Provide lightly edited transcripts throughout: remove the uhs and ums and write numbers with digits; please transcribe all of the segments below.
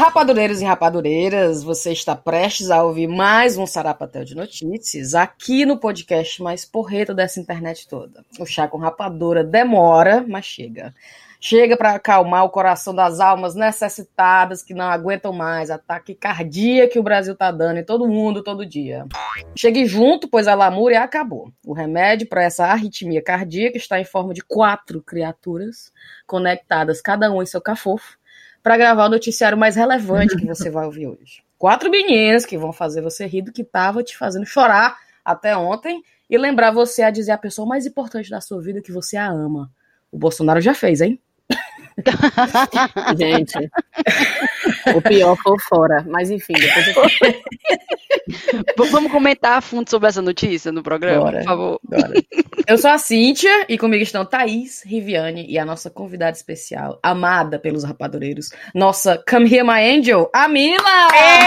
Rapadureiros e rapadureiras, você está prestes a ouvir mais um Sarapatel de Notícias aqui no podcast mais porreta dessa internet toda. O Chá com Rapadura demora, mas chega. Chega para acalmar o coração das almas necessitadas que não aguentam mais ataque cardíaco que o Brasil tá dando em todo mundo, todo dia. Chegue junto, pois a lamúria acabou. O remédio para essa arritmia cardíaca está em forma de 4 criaturas conectadas, cada um em seu cafofo, para gravar o noticiário mais relevante que você vai ouvir hoje. 4 meninas que vão fazer você rir do que tava te fazendo chorar até ontem e lembrar você a dizer a pessoa mais importante da sua vida que você a ama. O Bolsonaro já fez, hein? Gente, o pior foi fora, mas enfim, depois Vamos comentar a fundo sobre essa notícia no programa, Bora, por favor. Bora. Eu sou a Cíntia e comigo estão Thaís, Riviane e a nossa convidada especial, amada pelos rapadureiros, nossa Come Here My Angel, a Mila!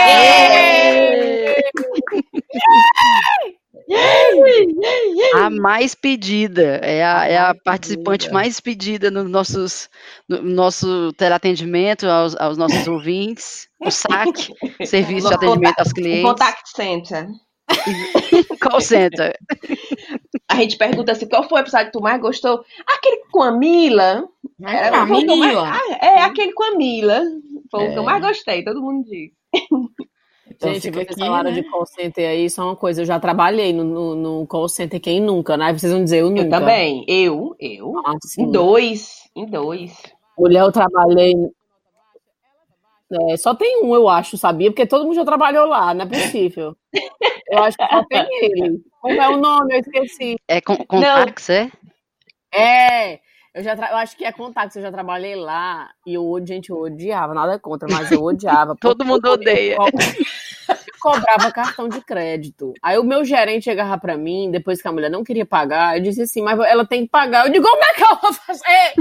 A mais pedida, é a participante mais pedida no nosso teleatendimento aos nossos ouvintes, o SAC, Serviço de Atendimento aos Clientes. Contact Center. Call Center. A gente pergunta assim, qual foi o episódio que tu mais gostou? Aquele com a Mila. A Mila. Aquele com a Mila. Foi o que eu mais gostei, todo mundo diz. Então gente, vocês aqui, falaram de call center aí, só uma coisa, eu já trabalhei no call center, quem nunca, né? Vocês vão dizer, eu nunca. Eu também, eu. Assim. Em dois. Mulher, eu trabalhei... só tem um, eu acho, sabia? Porque todo mundo já trabalhou lá, não é possível. Eu acho que só tem ele. Como é o nome? Eu esqueci. É Contax, é? Eu acho que é Contax, eu já trabalhei lá e eu odiava, nada contra, mas eu odiava. Todo mundo odeia. Eu cobrava cartão de crédito. Aí o meu gerente chegava pra mim, depois que a mulher não queria pagar, eu disse assim, mas ela tem que pagar. Eu digo, como é que eu vou fazer?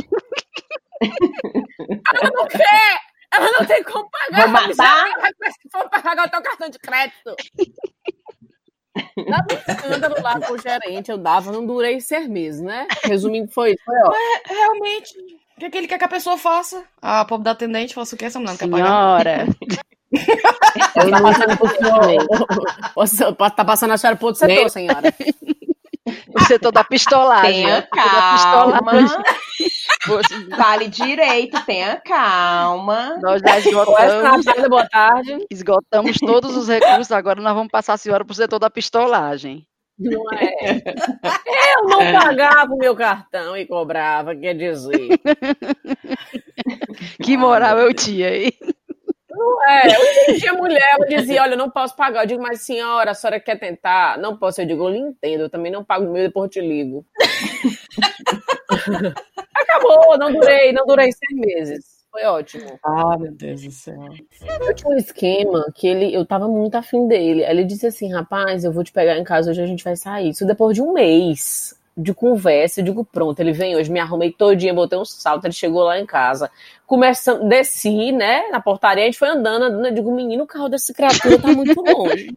Ela não quer! Ela não tem como pagar. Vou matar? Vou pagar o teu cartão de crédito. Dava um escândalo lá com o gerente, eu não durei 6 meses, né? Resumindo, foi ó. Mas, realmente, o que ele quer que a pessoa faça? A pobre da atendente faça o quê? Essa mulher não quer pagar? Senhora. Tá passando por senhor. Tá passando a senhora por outro setor, senhora. O setor da pistolagem. Tenha calma. Fale direito, tenha calma. Nós já Boa tarde. esgotamos todos os recursos, agora nós vamos passar a senhora para o setor da pistolagem. Não é? Eu não pagava o meu cartão e cobrava, quer dizer. Que moral eu tinha aí. Não é, eu entendia a mulher, ela dizia, olha, eu não posso pagar. Eu digo, mas senhora, a senhora quer tentar? Não posso, eu digo, eu lhe entendo, eu também não pago o meu, depois eu te ligo. Acabou, não durei 6 meses. Foi ótimo. Ah, meu Deus do céu. Eu tinha um esquema que eu tava muito afim dele. Aí ele disse assim, rapaz, eu vou te pegar em casa, hoje a gente vai sair. Isso depois de um mês de conversa, eu digo, pronto, ele vem hoje, me arrumei todinha, botei um salto, ele chegou lá em casa. Desci, né, na portaria, a gente foi andando, eu digo, menino, o carro dessa criatura tá muito longe.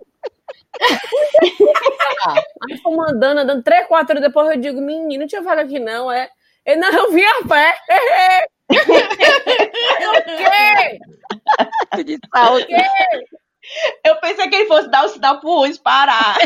Aí fomos andando, 3, 4 horas depois eu digo, menino, não tinha vaga aqui não, Ele, não, eu vim a pé. O quê? De salto. O quê? Eu pensei que ele fosse dar o sinal pro Uzi parar.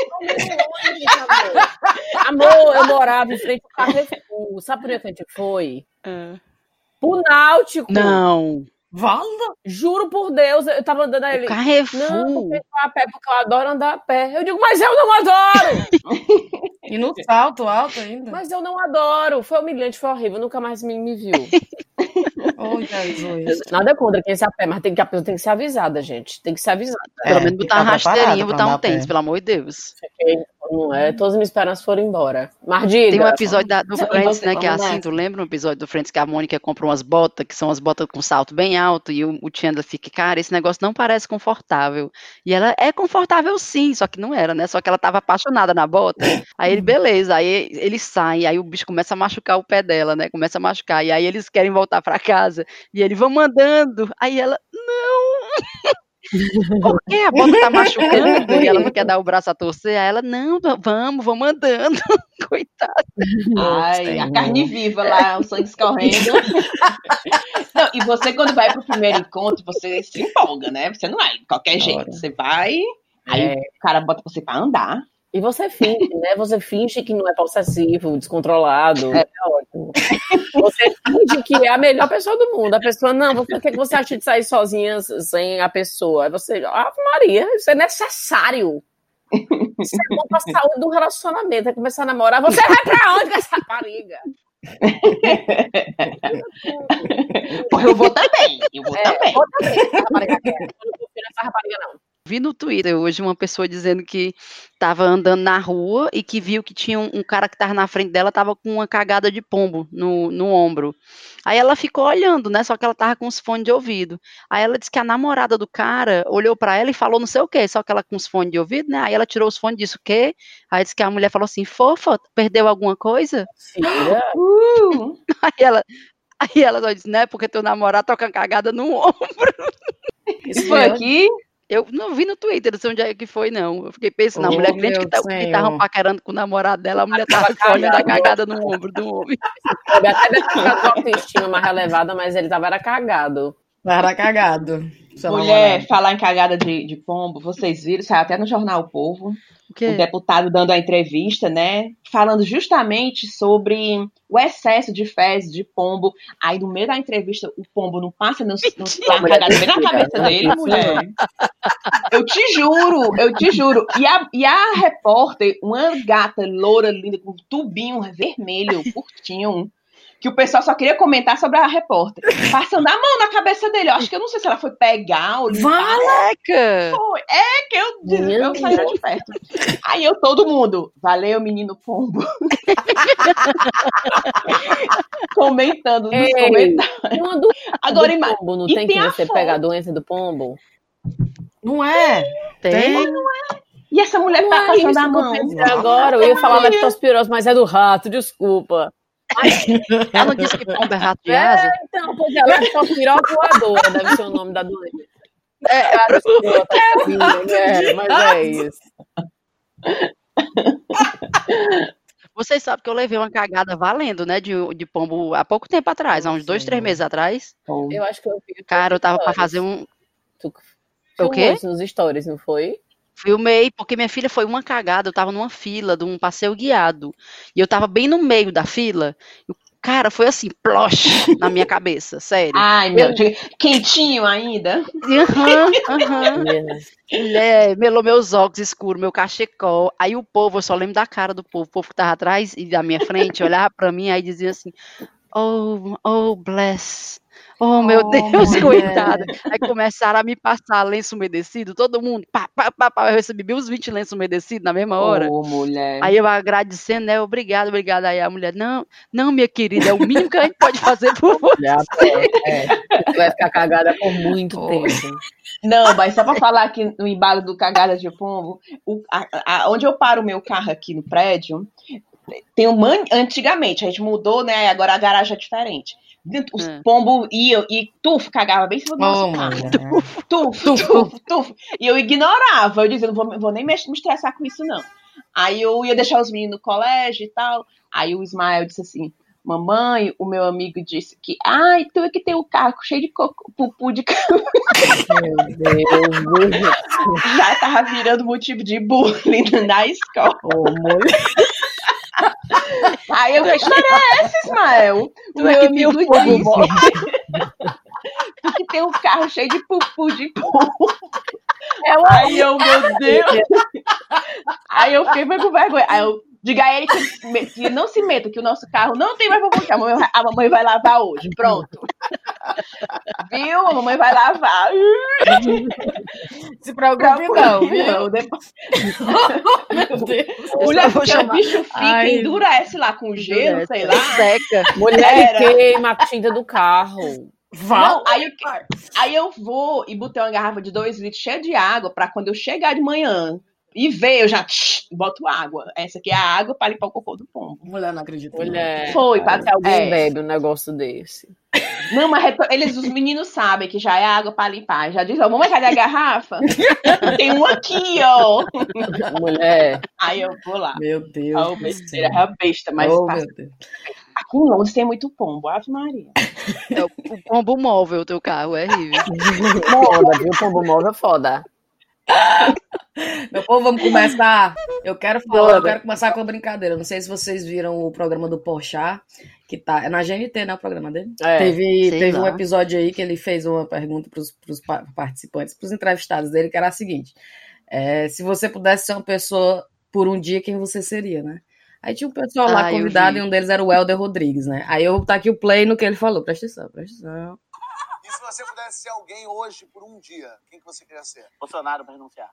Amor, eu morava em frente ao Carrefour. Sabe por que a gente foi? Pro Náutico. Não. Vala? Juro por Deus, eu tava andando a ele. Carrefour. Não, porque eu a pé, porque eu adoro andar a pé. Eu digo, mas eu não adoro! E no salto alto ainda. Mas eu não adoro. Foi humilhante, foi horrível, nunca mais me viu. Oh, Jesus. Nada contra quem se a pé, mas a pessoa tem que ser avisada, gente. Tem que ser avisada. Pelo menos botar uma rasteirinha, botar um andar a pé. tênis, pelo amor de Deus. Não é? Todas as minhas esperanças foram embora. Mas diga. Tem um episódio do Friends, você, né, que é vamos assim, nessa. tu lembra um episódio do Friends que a Mônica compra umas botas, que são as botas com salto bem alto, e o Chandler fica, cara, esse negócio não parece confortável. E ela, é confortável sim, só que não era, né, só que ela tava apaixonada na bota. Aí ele, beleza, aí ele sai, aí o bicho começa a machucar o pé dela, né, começa a machucar, e aí eles querem voltar pra casa, e ele, vamos andando. Aí ela, não, Por que a bota tá machucando e ela não quer dar o braço a torcer? Aí ela, não, vamos andando. Coitada. Ai, a carne viva lá, o sangue escorrendo. Não, e você, quando vai pro primeiro encontro, você se empolga, né? Você não vai de qualquer jeito. Você vai, aí o cara bota você pra andar. E você finge, né? Você finge que não é possessivo, descontrolado. É ótimo. Você finge que é a melhor pessoa do mundo. A pessoa, não, o que você acha de sair sozinha sem a pessoa? Aí você, Maria, isso é necessário. Isso é bom pra saúde do relacionamento. É começar a namorar. Você vai pra onde com essa rapariga? Eu vou também. Eu vou também. Vou também. Essa rapariga quer. Eu não confio nessa rapariga, não. Vi no Twitter hoje uma pessoa dizendo que estava andando na rua e que viu que tinha um cara que estava na frente dela, estava com uma cagada de pombo no ombro. Aí ela ficou olhando, né? Só que ela estava com os fones de ouvido. Aí ela disse que a namorada do cara olhou para ela e falou não sei o quê, só que ela com os fones de ouvido, né? Aí ela tirou os fones e disse o quê? Aí disse que a mulher falou assim, fofa, perdeu alguma coisa? Aí ela só disse, né? Porque teu namorado toca cagada no ombro. Isso foi aqui? Eu não vi no Twitter, não sei onde é que foi, não. Eu fiquei pensando, a mulher crente que tava paquerando com o namorado dela, a mulher tava olhando a cagada no ombro do homem. Até deve ficar com autoestima mais relevada, mas ele era cagado. Era cagado. Mulher, falar em cagada de pombo, vocês viram, saiu até no jornal O Povo, o deputado dando a entrevista, né, falando justamente sobre o excesso de fezes de pombo. Aí no meio da entrevista o pombo não passa na cagada bem na cabeça dele, mulher. Eu te juro. E a repórter, uma gata loura linda com um tubinho vermelho, curtinho, que o pessoal só queria comentar sobre a repórter, passando a mão na cabeça dele. Eu acho que eu não sei se ela foi pegar ou limpar. Valaca! É que eu saí de perto. Aí todo mundo, valeu, menino pombo. Comentando nos comentários. Agora imagina. Não tem que você pegar a doença do pombo? Não é? Tem? Não é. E essa mulher tá passando a mão. Agora eu ia falar leptospirose, mas é do rato, desculpa. Ela não disse que pombo é rato de asa? Então, pois é, leptospirose voadora deve ser o nome da doença. Mas é isso. Vocês sabem que eu levei uma cagada valendo, né, de pombo há pouco tempo atrás, há uns 2, 3 meses atrás. Eu acho que eu vi. Cara, eu tava pra fazer um... O quê? Nos stories, não foi? Filmei, porque minha filha foi uma cagada, eu tava numa fila de um passeio guiado, e eu tava bem no meio da fila, e, cara, foi assim, plosh, na minha cabeça, sério. Ai, meu Deus, quentinho ainda? Mulher, melou meus óculos escuros, meu cachecol, aí o povo, eu só lembro da cara do povo, o povo que tava atrás e da minha frente, olhava pra mim, aí dizia assim, oh, bless... Oh, meu Deus, coitada. Aí começaram a me passar lenço umedecido, todo mundo, pá, eu recebi uns 20 lenços umedecidos na mesma hora. Mulher. Aí eu agradecendo, né, obrigada. Aí a mulher, não, minha querida, é o mínimo que a gente pode fazer por você. Vai ficar cagada por muito tempo. Não, mas só pra falar aqui no embalo do cagada de pombo, onde eu paro o meu carro aqui no prédio, tem antigamente, a gente mudou, né, agora a garagem é diferente. Os pombos iam e cagava bem em cima do nosso carro. Tuf. E eu ignorava. Eu dizia, não vou nem me estressar com isso, não. Aí eu ia deixar os meninos no colégio e tal. Aí o Ismael disse assim, mamãe, o meu amigo disse que, tu é que tem um carro cheio de pupu de cama. Meu Deus. Já tava virando motivo de bullying na escola. Mulher. Aí eu, que história é essa, Ismael? O meu amigo disse que tem um carro cheio de pupu de pombo. Aí eu, meu Deus. Aí eu fiquei com vergonha. Aí eu diga a ele que não se meta, que o nosso carro não tem mais pupu, que a mamãe vai lavar hoje. Pronto. Viu? A mamãe vai lavar. Se preocupe não, viu? Depois... Meu Deus. Mulher, porque o bicho fica, endurece lá com gelo, sei lá. Seca. Mulher queima a tinta do carro. Não, aí eu vou e botei uma garrafa de 2 litros cheia de água pra quando eu chegar de manhã e ver, eu já boto água. Essa aqui é a água para limpar o cocô do pombo. Mulher, não acredito. Mulher, foi, para que alguém bebe um negócio desse. Não, mas os meninos sabem que já é água pra limpar. Já diz, ó, vamos cadê a garrafa? Tem um aqui, ó. Mulher. Aí eu vou lá. Meu Deus. Oh, besteira, é besta, mas passa. Aqui em Londres tem muito pombo, Ave Maria. É o pombo móvel, o teu carro, é horrível. Foda, viu? Pombo móvel é foda. Meu povo, vamos começar. Eu quero começar com uma brincadeira. Não sei se vocês viram o programa do Porchat, que tá. É na GNT, né? O programa dele. Teve um episódio aí que ele fez uma pergunta pros participantes, pros entrevistados dele, que era a seguinte: se você pudesse ser uma pessoa por um dia, quem você seria, né? Aí tinha um pessoal lá convidado e um deles era o Helder Rodrigues, né? Aí eu vou botar aqui o play no que ele falou. Presta atenção. E se você pudesse ser alguém hoje por um dia, quem que você queria ser? Bolsonaro para renunciar.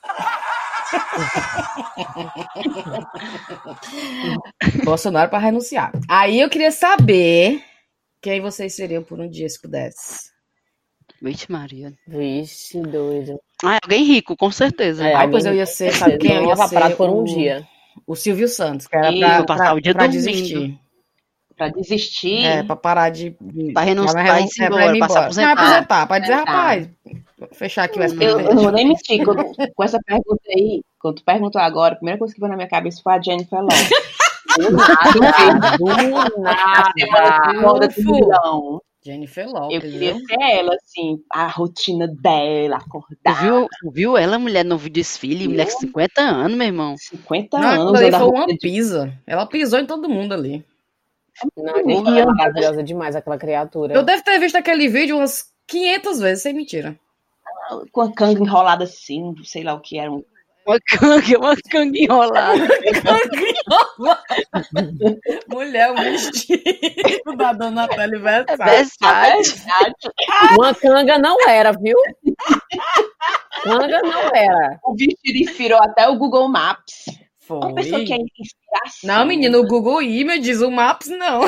Bolsonaro para renunciar. Aí eu queria saber quem vocês seriam por um dia, se pudesse. Vixe, Maria. Vixe, doido. Alguém rico, com certeza. Pois eu ia ser, sabe quem? Eu ia ser por um dia. O Silvio Santos, que era pra desistir. Pra desistir? Pra parar de... Pra renunciar e se embora, pra se aposentar. Não, aposentar, pra dizer, rapaz, fechar aqui o SBT. Eu não vou nem mentir, com essa pergunta aí, quando tu perguntou agora, a primeira coisa que veio na minha cabeça foi a Jennifer Lopez. Do nada. Jennifer Lopez. Eu queria ser ela, assim, a rotina dela, acordar. Tu viu ela, mulher, no desfile? Mulher com 50 anos, meu irmão. 50 anos. Ela foi uma pisa. Ela pisou em todo mundo ali. Não, é maravilhosa demais aquela criatura. Eu devo ter visto aquele vídeo umas 500 vezes, sem mentira. Com a canga enrolada assim, sei lá o que era. Uma canga enrolada. Mulher, um vestido da Dona Natália Versace. Uma canga não era, viu? Canga não era. O vestido inspirou até o Google Maps. Foi. Uma pessoa que é inspiração. Não, menino, o Google Images, o Maps, não.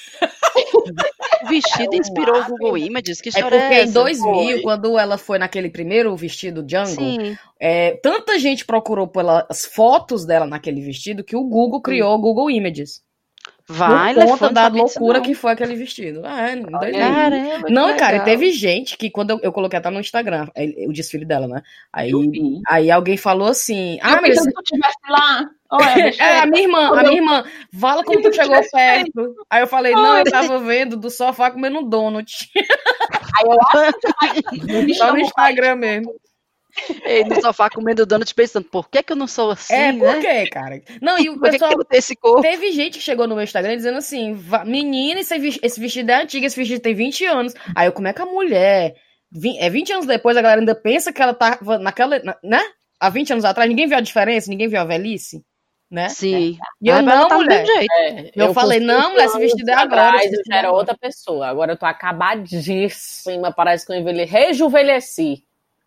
O vestido inspirou o Google Images? Que história porque é essa? Em 2000, quando ela foi naquele primeiro vestido Jungle, tanta gente procurou pelas fotos dela naquele vestido que o Google criou o Google Images. Vai, por conta da loucura que foi aquele vestido. Não, cara, teve gente que quando eu coloquei até no Instagram, o desfile dela, né? Aí alguém falou assim... mas se tu estivesse lá... a minha irmã, fala como tu chegou perto. Aí eu falei, não, eu tava vendo do sofá comendo um donut. Aí eu acho só no Instagram mesmo. Ei, no sofá comendo donut pensando, por que eu não sou assim, por quê, cara? Não, e o pessoal, teve gente que chegou no meu Instagram dizendo assim, menina, esse vestido é antigo, esse vestido tem 20 anos. Aí eu, como é que a mulher, 20 anos depois, a galera ainda pensa que ela tava naquela, né? Há 20 anos atrás, ninguém viu a diferença, ninguém viu a velhice, né? Sim. E eu não, mulher. Eu falei, não, mulher, esse vestido é agora. Eu já era outra pessoa, agora eu tô acabadíssima, parece que eu rejuvenesci.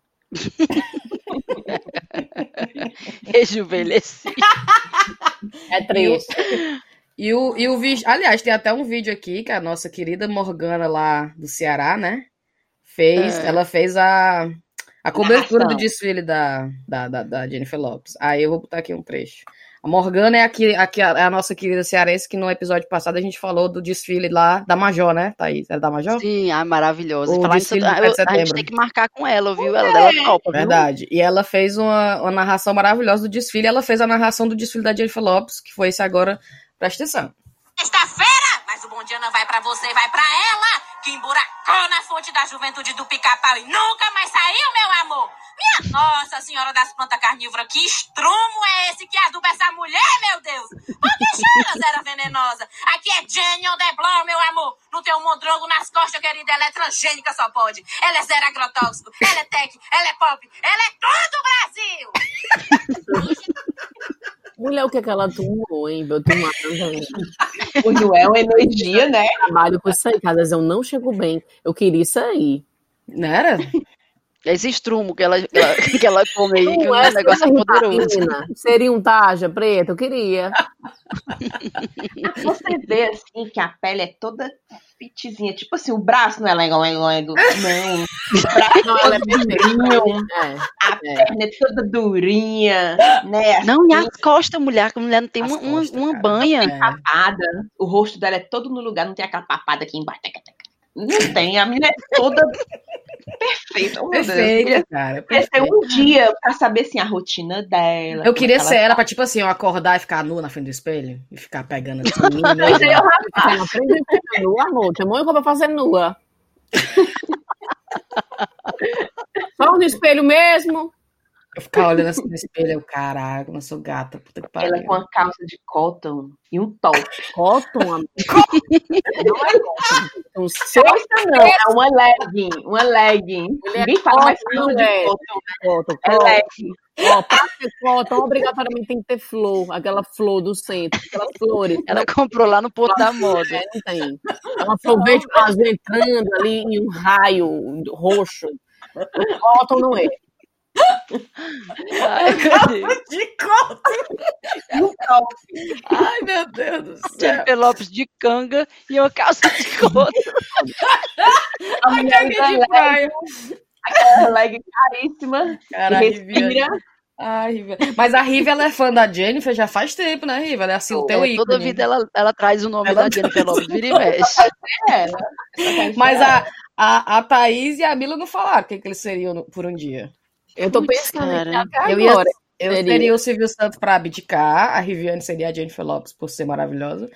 Rejuvenesci. É triste. E o vídeo, aliás, tem até um vídeo aqui que a nossa querida Morgana lá do Ceará, né? Ela fez a cobertura do desfile da Jennifer Lopez. Aí eu vou botar aqui um trecho. A Morgana é a nossa querida cearense, que no episódio passado a gente falou do desfile lá da Major, né, Thaís? Era da Major? Sim, maravilhosa. Falar isso, a gente tem que marcar com ela, viu? Ela topa, viu? Verdade. E ela fez uma narração maravilhosa do desfile. Ela fez a narração do desfile da Jennifer Lopez, que foi esse agora. Presta atenção. Sexta-feira, mas o bom dia não vai pra você, vai pra ela, que emburacou na fonte da juventude do Pica-Pau e nunca mais saiu, meu amor. Minha Nossa Senhora das Plantas Carnívoras, que estrumo é esse que aduba essa mulher, meu Deus? Pode deixar ela, zera venenosa. Aqui é Jenny Odeblanc, meu amor. Não tem um mondrongo nas costas, querida. Ela é transgênica, só pode. Ela é zero agrotóxico. Ela é tech, ela é pop. Ela é tudo, Brasil! Mulher, o que ela tomou, hein? Eu tô matando. O Noel é energia, né? Eu trabalho com isso aí, que às vezes eu não chego bem. Eu queria isso aí. Não era? Esse estrumo que ela come aí, que o negócio é poderoso. Seria um taja preta? Eu queria. Você vê, assim, que a pele é toda fitzinha. Tipo assim, o braço não é legal. Não. O braço não é durinho. A perna é toda durinha, né? Assim, não, e as costas, mulher. A mulher não tem uma banha. Não tem papada. O rosto dela é todo no lugar, não tem aquela papada aqui embaixo. Não tem, a menina é toda perfeita. Oh, perfeita, cara. Queria ser um dia pra saber, assim, a rotina dela. Eu queria ser ela pra, tipo assim, eu acordar e ficar nua na frente do espelho e ficar pegando assim. Mas aí, rapaz, aprende a ficar nua, amor. Tem muito pra fazer nua. Só no espelho mesmo. Eu ficar olhando assim no espelho, eu, caralho, eu sou gata, puta que pariu. Ela com uma calça de cotton e um top. Cotton, amor. Não é cotton. Não, é uma legging. Ninguém fala mais calça de cotton. É legging. Ó, pra ter cotton, obrigatoriamente tem que ter flor, aquela flor do centro, aquelas flores. Ela comprou lá no ponto da moda. Não tem. É uma flor verde com azul entrando ali em um raio roxo. Cotton não é. De cotton. Ai, meu Deus do céu. Jennifer Lopes de canga e uma calça de cotton. A mulher de praia. Aquela leg caríssima. Respira. Ai, mas a Riva, ela é fã da Jennifer já faz tempo, né, Riva? Ela é assim, o teu ícone. Toda vida ela traz o nome da Jennifer Lopes, vira e mexe. Mas a Thaís e a Mila não falaram o que eles seriam por um dia. Eu tô pensando até eu agora. Eu seria o Silvio Santos pra abdicar, a Riviane seria a Jennifer Lopes por ser maravilhosa.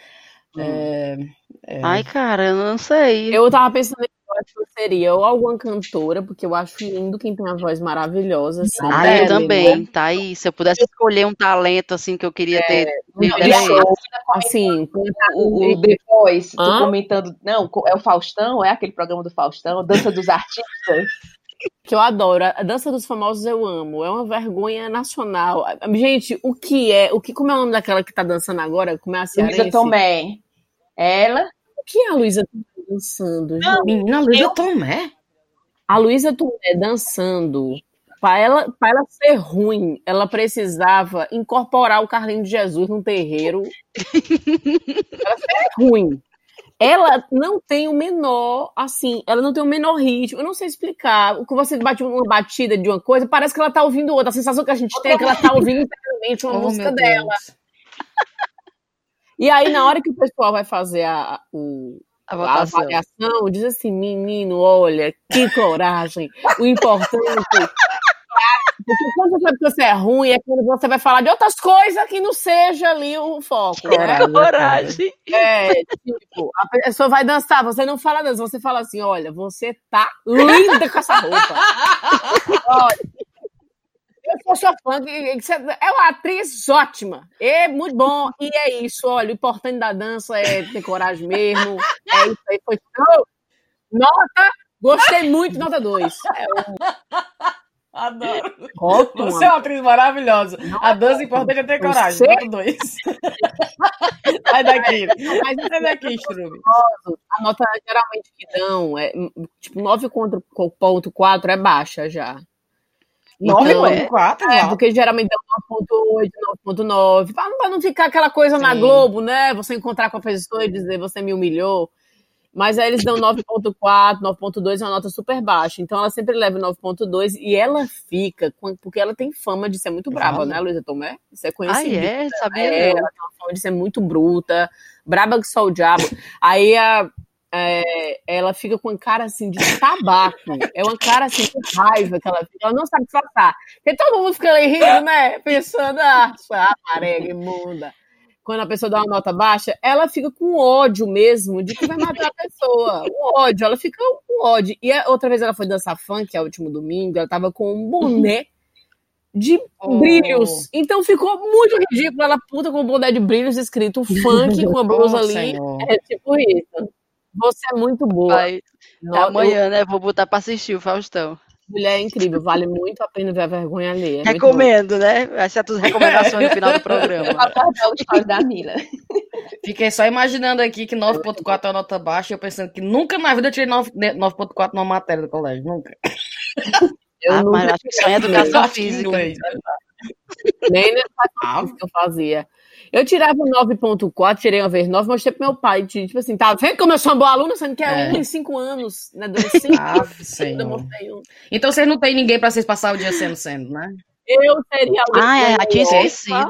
Ai, cara, eu não sei. Eu tava pensando eu acho que seria ou alguma cantora, porque eu acho lindo quem tem uma voz maravilhosa. Assim. Eu também, tá aí. Se eu pudesse escolher um talento, assim, que eu queria ter. Assim, o The Voice, tô comentando. Não, é o Faustão? É aquele programa do Faustão? Dança dos Artistas? Que eu adoro. A Dança dos Famosos eu amo. É uma vergonha nacional. Gente, como é o nome daquela que tá dançando agora? Como é a cearense? Luísa Tomé. Ela? O que é a Luísa dançando? Menina, Luísa Tomé? A Luísa Tomé dançando. Para ela ser ruim, ela precisava incorporar o Carlinhos de Jesus num terreiro. Ela ser ruim. Ela não tem o menor, assim, ela não tem o menor ritmo. Eu não sei explicar. Quando você bate uma batida de uma coisa, parece que ela tá ouvindo outra. A sensação que a gente tem é que ela tá ouvindo inteiramente uma música dela. E aí, na hora que o pessoal vai fazer a avaliação, diz assim, menino, olha, que coragem. O importante... Porque quando você sabe que você é ruim, é quando você vai falar de outras coisas que não seja ali o foco. Coragem. Tipo, a pessoa vai dançar, você não fala dança, você fala assim, olha, você tá linda com essa roupa. Olha, eu sou sua fã, é uma atriz ótima, é muito bom, e é isso, olha, o importante da dança é ter coragem mesmo, é isso aí, foi show. Nota, gostei muito, nota 2. Adoro. Você é uma atriz maravilhosa. A dança importante é ter coragem. Nota 2. Sai daqui. Sai daqui, Struve. A nota geralmente que dão é tipo 9.4 é baixa já. 9.4? É, porque geralmente dão 9.8, 9.9. Pra não ficar aquela coisa na Globo, né? Você encontrar com a pessoa e dizer você me humilhou. Mas aí eles dão 9.4, 9.2 é uma nota super baixa. Então ela sempre leva 9.2 e ela fica, porque ela tem fama de ser muito brava, né, Luísa Tomé? Isso é conhecido. Sabia ela tem uma fama de ser muito bruta, braba que só o diabo. Aí ela fica com uma cara assim de tabaco. É uma cara assim de raiva que ela fica. Ela não sabe disfarçar. Porque todo mundo fica ali rindo, né? Pensando, marega imunda. Quando a pessoa dá uma nota baixa, ela fica com ódio mesmo de que vai matar a pessoa. O ódio, ela fica com ódio. E outra vez ela foi dançar funk, é o último domingo, ela tava com um boné de brilhos. Então ficou muito ridículo, ela puta com um boné de brilhos escrito funk com a blusa ali. Senhor. É tipo isso. Você é muito boa. Amanhã, né? Vou botar pra assistir o Faustão. Mulher é incrível, vale muito a pena ver a vergonha alheia. Recomendo, né? Vai ser as recomendações no final do programa. Eu vou acordar o story da Mila. Fiquei só imaginando aqui que 9.4 é uma nota baixa e eu pensando que nunca na vida eu tirei 9.4 numa matéria do colégio, nunca. Mas acho que só em educação física. Nem nessa que eu fazia. Eu tirava 9.4, tirei uma vez 9, mostrei pro meu pai. Tipo assim, tá vendo como eu sou uma boa aluna? Sendo que é 1 em 5 anos, né? 2 em 5 Então vocês não tem ninguém pra vocês passar o dia sendo, né? Eu seria tinha esquecido.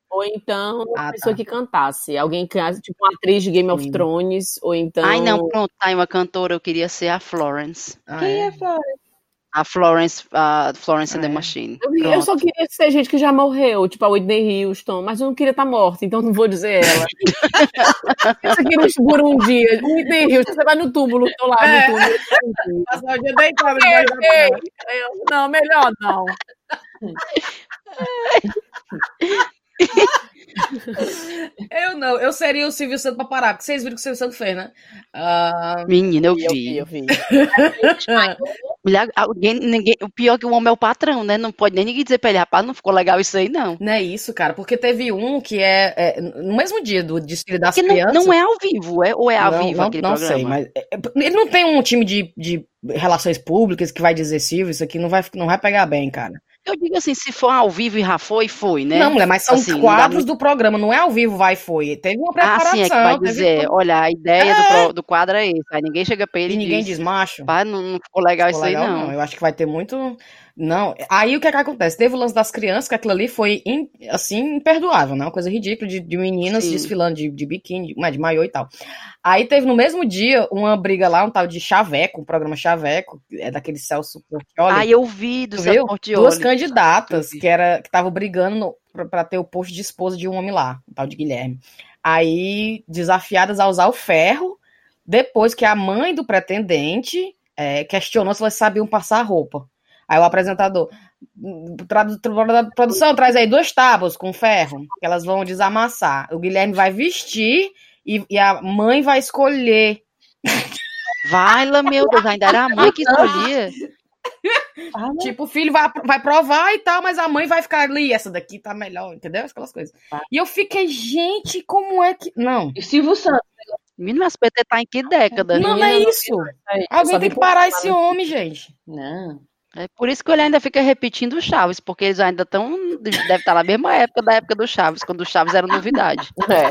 Ou então uma pessoa que cantasse. Alguém que tipo uma atriz de Game of Thrones, ou então... Ai, não, pronto, tá aí uma cantora, eu queria ser a Florence. Quem é Florence? A Florence and the Machine. Eu só queria ser gente que já morreu, tipo a Whitney Houston, mas eu não queria estar morta, então não vou dizer ela. Eu só queria segura um dia. Whitney Houston, você vai no túmulo, tô lá no túmulo. Passar o dia deitado. Não, melhor não. Eu não, eu seria o Silvio Santos pra parar, porque vocês viram o que o Silvio Santos fez, né? Menina, eu vi. Ninguém, o pior é que o homem é o patrão, né? Não pode nem ninguém dizer pra ele, rapaz, não ficou legal isso aí, não. Não é isso, cara, porque teve um que no mesmo dia do desfile das porque crianças... Não é ao vivo, ou é ao vivo aquele não programa? Sei, mas ele não tem um time de relações públicas que vai dizer, Silvio, isso aqui não vai pegar bem, cara. Eu digo assim, se for ao vivo e já foi, né? Não, mulher, mas são assim, quadros do programa, não é ao vivo, foi. Teve uma preparação. Sim, é que vai dizer, olha, a ideia do quadro é isso. Aí ninguém chega pra ele e ninguém diz, macho. Pá, não ficou legal isso aí, não. Eu acho que vai ter muito... Não, aí o que acontece? Teve o lance das crianças, que aquilo ali foi, assim, imperdoável, né? Uma coisa ridícula de meninas desfilando de biquíni, de maiô e tal. Aí teve no mesmo dia uma briga lá, um tal de Chaveco, um programa Chaveco, é daquele Celso Portiolli. Eu vi do Celso Portiolli. Duas candidatas que estavam brigando pra ter o posto de esposa de um homem lá, o tal de Guilherme. Aí, desafiadas a usar o ferro, depois que a mãe do pretendente questionou se elas sabiam passar a roupa. Aí o apresentador, produção, traz aí 2 tábuas com ferro, que elas vão desamassar. O Guilherme vai vestir e a mãe vai escolher. Vai lá, meu Deus, ainda era a mãe que escolhia. Tipo, o filho vai provar e tal, mas a mãe vai ficar ali, essa daqui tá melhor, entendeu? Aquelas coisas. E eu fiquei, gente, como é que... Não. E Silvio Santos. Menino, SBT tá em que década? Não é isso. Alguém tem que parar esse homem, gente. Não. É por isso que ele ainda fica repetindo o Chaves, porque eles ainda estão... Deve estar na mesma época da época do Chaves, quando o Chaves era novidade.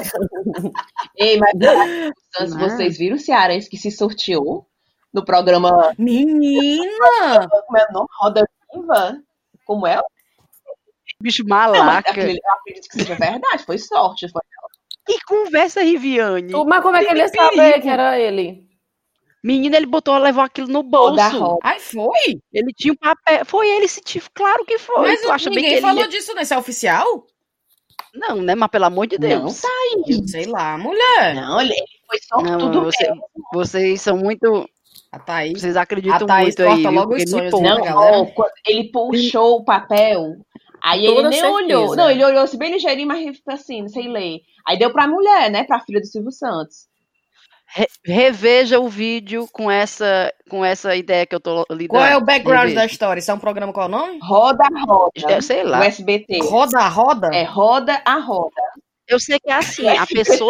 Ei, mas vocês viram o cearense que se sorteou no programa... Menina! Como é o nome? Roda Viva? Como é? Bicho malaca. Eu acredito que seja verdade, foi sorte. Foi ela. Que conversa, Riviane. Mas como é que ele ia saber que era ele? Menina, ele levou aquilo no bolso. Ai, foi? Ele tinha um papel. Foi ele, claro que foi. Mas ninguém falou disso, né? Isso é oficial? Não, né? Mas pelo amor de Deus. Não tá aí. Sei lá, mulher. Não, ele foi só tudo vocês são muito... A Thaís, vocês acreditam Thaís muito aí, logo viu? os sonhos, não, ele puxou o papel, aí ele nem olhou. Não, ele olhou assim, bem ligeirinho, mas assim, não sei ler. Aí deu pra mulher, né? Pra filha do Silvio Santos. Reveja o vídeo com essa ideia que eu tô lidando. Qual é o background da história? Isso é um programa, qual é o nome? Roda a Roda. Sei lá. O SBT. Roda a Roda? É Roda a Roda. Eu sei que é assim, a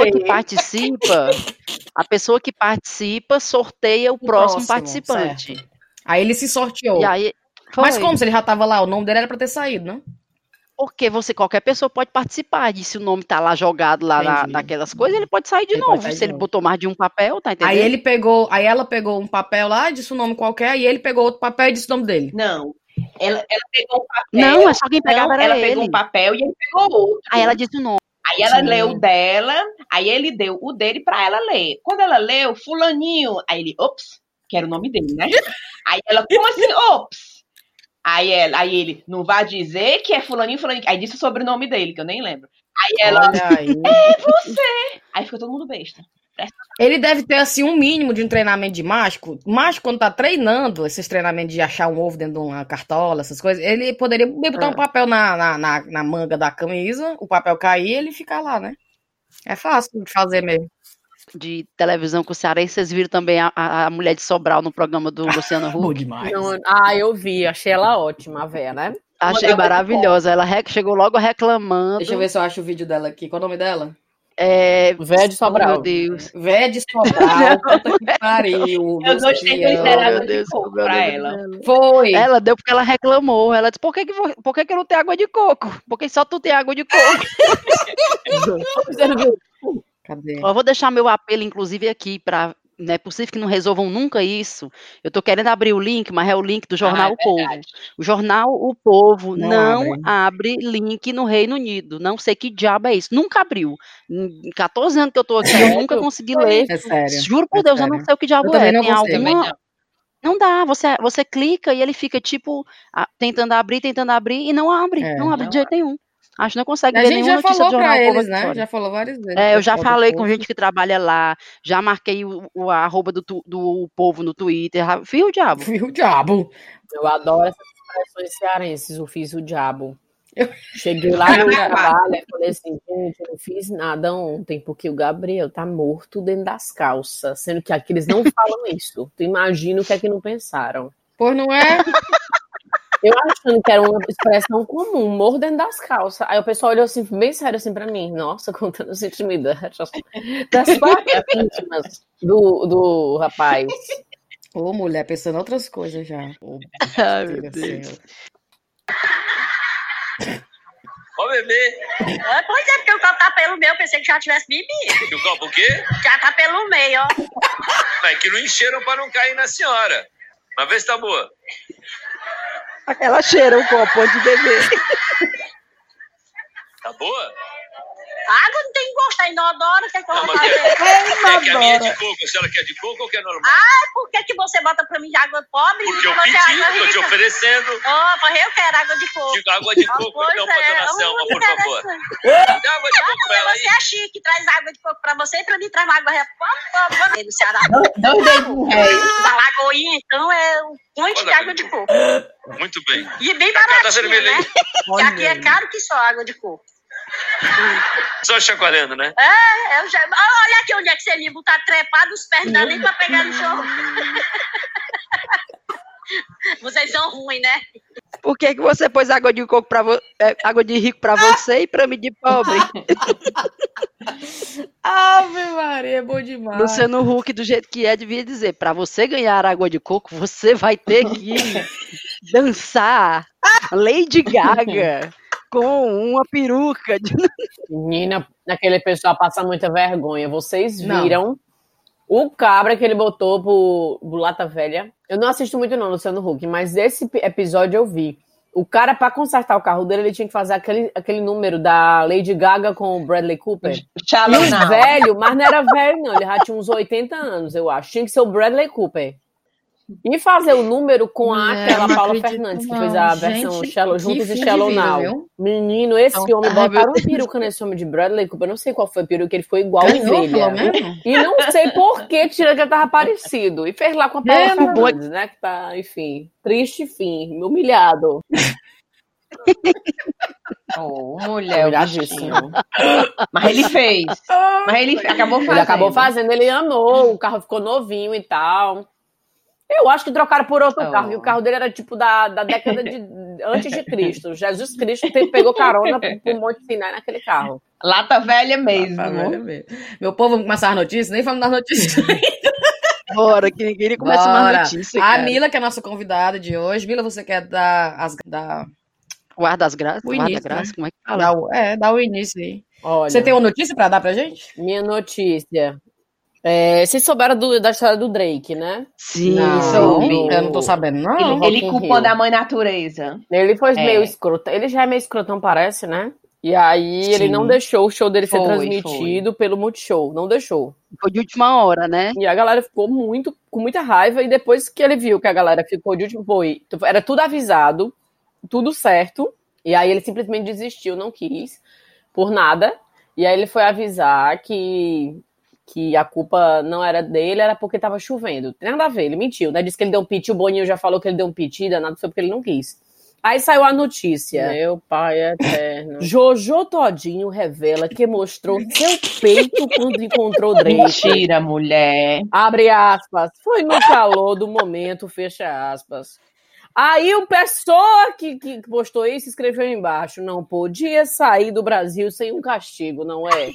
pessoa que participa sorteia o próximo participante. Certo. Aí ele se sorteou. E aí, mas como se ele já tava lá? O nome dele era pra ter saído, né? Porque qualquer pessoa pode participar. E se o nome tá lá jogado lá naquelas coisas, ele pode sair de novo. Se ele botou mais de um papel, tá entendendo? Aí ela pegou um papel lá, disse o nome qualquer, e ele pegou outro papel e disse o nome dele. Não. Ela pegou um papel. Não, é só quem pegava era ele. Ela pegou um papel e ele pegou outro. Aí ela disse o nome. Aí ela leu o dela, aí ele deu o dele pra ela ler. Quando ela leu, fulaninho, aí ele, ops, que era o nome dele, né? Aí ela, como assim, ops? Aí ele, não vai dizer que é fulaninho. Aí disse o sobrenome dele, que eu nem lembro. Aí ela, é você! Aí ficou todo mundo besta. Ele deve ter, assim, um mínimo de um treinamento de mágico. Mágico, quando tá treinando esses treinamentos de achar um ovo dentro de uma cartola, essas coisas, ele poderia botar um papel na manga da camisa, o papel cair e ele ficar lá, né? É fácil de fazer mesmo. De televisão com o cearense, vocês viram também a mulher de Sobral no programa do Luciano Huck? Bom demais. Eu vi, achei ela ótima, a véia, né? Achei maravilhosa, ela chegou logo reclamando. Deixa eu ver se eu acho o vídeo dela aqui. Qual é o nome dela? Véia de Sobral. Meu Deus. Véia de Sobral, puta que pariu. Eu gostei que eles deram água de coco pra ela. Foi. Ela deu porque ela reclamou. Ela disse, por que eu não tenho água de coco? Porque só tu tem água de coco. Cadê? Eu vou deixar meu apelo, inclusive, aqui para não é possível que não resolvam nunca isso. Eu tô querendo abrir o link, mas é o link do jornal O Povo. O jornal O Povo não abre link no Reino Unido. Não sei que diabo é isso. Nunca abriu. Em 14 anos que eu tô aqui, eu nunca consegui ler. É sério. Juro por Deus, eu não sei o que diabo também é. não Tem consigo. alguma... Não dá, você clica e ele fica, tipo, tentando abrir e não abre. Não abre de jeito nenhum. Acho que não consegue A ver gente nenhuma já notícia falou do jornal pra O Povo eles, aqui né? fora. Já falou várias vezes. Eu já pessoal do falei com Povo. gente que trabalha lá, já marquei o arroba do Povo no Twitter. Viu o diabo? Viu o diabo. Eu adoro essas expressões cearenses, eu fiz o diabo. Cheguei lá no trabalho e falei assim, gente, eu não fiz nada ontem, porque o Gabriel tá morto dentro das calças, sendo que aqui eles não falam isso. Tu imagina o que é que não pensaram. Pois não é? Eu achando que era uma expressão comum, morto dentro das calças. Aí o pessoal olhou assim, bem sério assim pra mim. Nossa, contando as intimidades das partes íntimas do rapaz. Ô, mulher, pensando em outras coisas já. Ai, meu Deus. Ó, bebê. Pois é, porque o copo tá pelo meio, eu pensei que já tivesse bebido. E o copo o quê? Já tá pelo meio, ó. Mas que não encheram pra não cair na senhora. Mas vê se tá boa. Ela cheira o copo antes de beber. Tá boa? A água não tem gosto, é inodora, tem que Não, mas fazer. é que a minha é de coco. Se ela quer de coco ou quer normal? Por que você bota pra mim de água pobre? Porque eu você pedi, água tô te rica? oferecendo. Eu quero água de coco. Água de coco, Pois então, pra dona Selma, por favor. interessante. Dá água de coco pra ela aí. Você é chique, traz água de coco pra você e pra mim traz uma água pobre do Ceará. Dois dedinhos réis. Da Lagoinha, então é um monte de água de coco. Muito bem. E bem Cacá da baratinha, vermelha né? aí. Porque aqui é caro que só água de coco. Só chacoalhando, né? Olha aqui onde é que você limpa, tá trepado, os pés não dá nem pra pegar no chão. Vocês são ruins, né? Por que você pôs água de coco água de rico pra você e pra mim de pobre? Ave Maria, é bom demais. Luciano Huck, do jeito que é, devia dizer, pra você ganhar água de coco, você vai ter que dançar Lady Gaga com uma peruca. Menina, aquele pessoal passa muita vergonha. Vocês viram o cabra que ele botou pro Lata Velha? Eu não assisto muito não, Luciano Huck, mas esse episódio eu vi. O cara, pra consertar o carro dele, ele tinha que fazer aquele número da Lady Gaga com o Bradley Cooper. Shallow E Now. velho, mas não era velho não, ele já tinha uns 80 anos, eu acho. Tinha que ser o Bradley Cooper. E fazer o número com aquela Paula Fernandes, que fez a versão Shallow Juntos e Shallow Now. Viu? Menino, esse homem, botaram uma peruca nesse homem de Bradley Cooper. Eu não sei qual foi a peruca, ele foi igual ovelha. E não sei por que tira que ele tava parecido. E fez lá com a Paula Fernandes, né? Que tá, enfim, triste fim, humilhado. Mulher, humilhadíssimo. Mas ele fez. Mas ele acabou fazendo. Ele acabou fazendo, ele amou, o carro ficou novinho e tal. Eu acho que trocaram por outro carro, e o carro dele era tipo da década de antes de Cristo. Jesus Cristo pegou carona por um monte de Sinai naquele carro. Lata velha mesmo. Meu povo, vamos começar as notícias? Nem falando das notícias ainda. Bora, que ninguém começa mais notícia. A Mila, que é a nossa convidada de hoje. Mila, você quer dar Guarda as graças? O início, graça, como é que fala? Dá o início aí. Olha, você tem uma notícia pra dar pra gente? Minha notícia. Vocês souberam da história do Drake, né? Sim, soube. Eu não tô sabendo, não. Ele culpou da mãe natureza. Ele foi meio escroto. Ele já é meio escrotão, parece, né? E aí ele não deixou o show dele ser transmitido pelo Multishow. Não deixou. Foi de última hora, né? E a galera ficou com muita raiva. E depois que ele viu que a galera ficou de último... Era tudo avisado, tudo certo. E aí ele simplesmente desistiu, não quis, por nada. E aí ele foi avisar que a culpa não era dele, era porque tava chovendo. Tem nada a ver, ele mentiu, né? Disse que ele deu um piti, o Boninho já falou que ele deu um piti, danado foi porque ele não quis. Aí saiu a notícia. Meu pai eterno. Jojo Todinho revela que mostrou seu peito quando encontrou Drake. Mentira, mulher. Abre aspas. Foi no calor do momento, fecha aspas. Aí o pessoa que postou isso escreveu embaixo: não podia sair do Brasil sem um castigo, não é?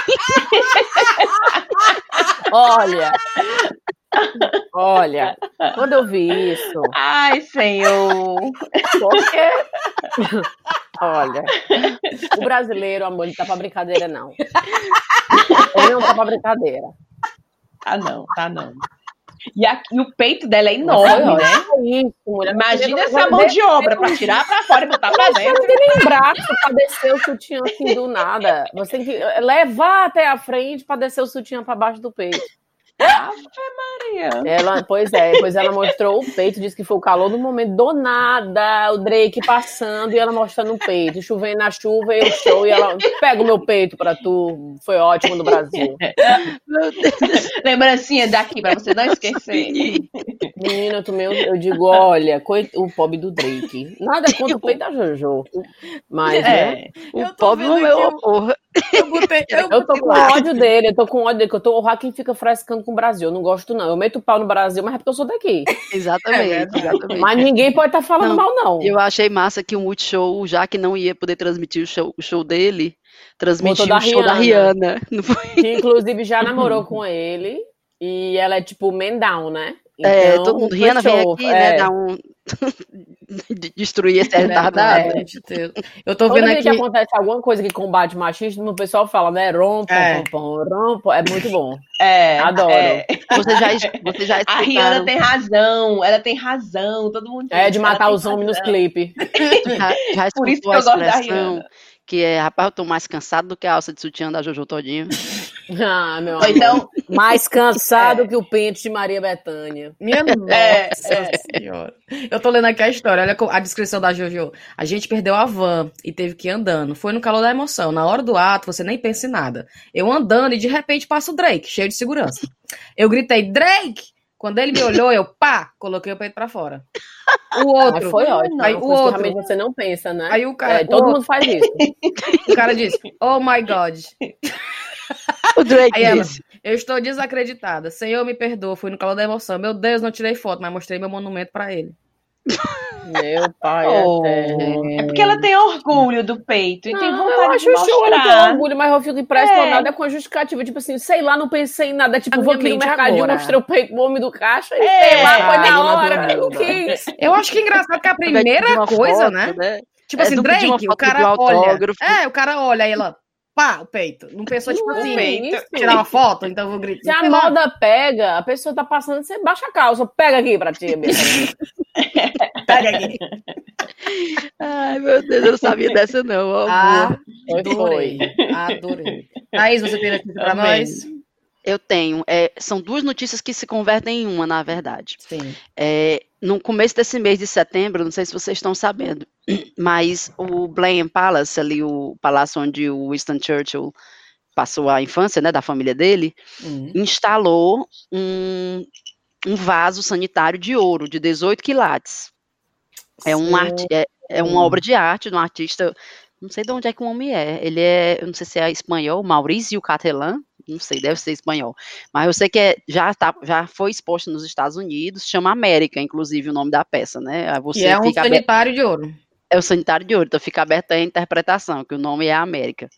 Olha, quando eu vi isso... Ai, Senhor! Porque... Olha, o brasileiro, amor, ele tá pra brincadeira, não. Ele não tá pra brincadeira. Tá não. E o peito dela é enorme, né? Isso, mulher. Imagina essa mão de obra pra tirar pra fora e botar pra dentro. Você não tem nem braço pra descer o sutiã assim do nada. Você tem que levar até a frente pra descer o sutiã pra baixo do peito. Ave Maria. Pois ela mostrou o peito, disse que foi o calor do momento, do nada, o Drake passando e ela mostrando o peito, chovendo na chuva e o show, e ela, pega o meu peito pra tu, foi ótimo no Brasil. Meu Deus. Lembrancinha daqui pra você não esquecer. Menina, eu digo, olha, o pobre do Drake, nada contra o peito da Jojo, mas, né? O pobre não é uma porra. Eu tô com ódio dele, que o Joaquim fica frescando com o Brasil, eu não gosto não, eu meto o pau no Brasil, mas é porque eu sou daqui. Exatamente. Mas ninguém pode estar falando mal não. Eu achei massa que o Multishow, já que não ia poder transmitir o show dele, transmitiu o show da Rihanna. Não foi? Que inclusive já namorou com ele, e ela é tipo man down, né? Então, todo mundo, Rihanna vem aqui, né, dar um... destruir esse retardado. Eu tô vendo aqui que acontece alguma coisa que combate machismo, o pessoal fala, né, rompo, é muito bom. Adoro. Você já a Rihanna tem razão, todo mundo diz, de matar os homens nos clipes. Já por isso que eu gosto da Rihanna. Que é, rapaz, eu tô mais cansado do que a alça de sutiã da Jojo todinho. Meu amor. Então, mais cansado que o pente de Maria Bethânia. Minha nossa senhora. Eu tô lendo aqui a história, olha a descrição da Jojo. A gente perdeu a van e teve que ir andando. Foi no calor da emoção. Na hora do ato, você nem pensa em nada. Eu andando e de repente passa o Drake, cheio de segurança. Eu gritei, Drake! Quando ele me olhou, eu, coloquei o peito pra fora. O outro... Mas foi ótimo. Aí, o outro... Realmente você não pensa, né? Aí o cara... todo mundo faz isso. O cara disse, oh my God. O Drake aí disse. Eu estou desacreditada. Senhor, me perdoa. Fui no calor da emoção. Meu Deus, não tirei foto, mas mostrei meu monumento pra ele. Meu pai é porque ela tem orgulho do peito e tem vontade de mostrar. Eu tenho orgulho, mas eu fico impressionada com a justificativa. Tipo assim, sei lá, não pensei em nada. Tipo, vou aqui no mercadinho, mostrei o peito pro homem do caixa e sei lá, foi na hora. Eu quis. Eu acho que é engraçado que a primeira coisa, foto, né? Tipo assim, Drake, o cara olha. O cara olha aí ela... o peito. Não pensou, tipo assim, tirar uma foto, então eu vou gritar. Se a moda pega, a pessoa tá passando, você baixa a calça, pega aqui pra ti, pega aqui. Ai, meu Deus, eu não sabia dessa não. Adorei. Thaís, você tem notícia pra nós? Eu tenho. São duas notícias que se convertem em uma, na verdade. Sim. No começo desse mês de setembro, não sei se vocês estão sabendo, mas o Buckingham Palace, ali o palácio onde o Winston Churchill passou a infância, né, da família dele, instalou um vaso sanitário de ouro de 18 quilates. É uma obra de arte de um artista, não sei de onde é que o homem é. Ele eu não sei se é espanhol, Maurício Catalan, não sei, deve ser espanhol. Mas eu sei que já foi exposto nos Estados Unidos, chama América, inclusive, o nome da peça, né? E é um sanitário de ouro. É o sanitário de ouro, então fica aberta a interpretação, que o nome é América.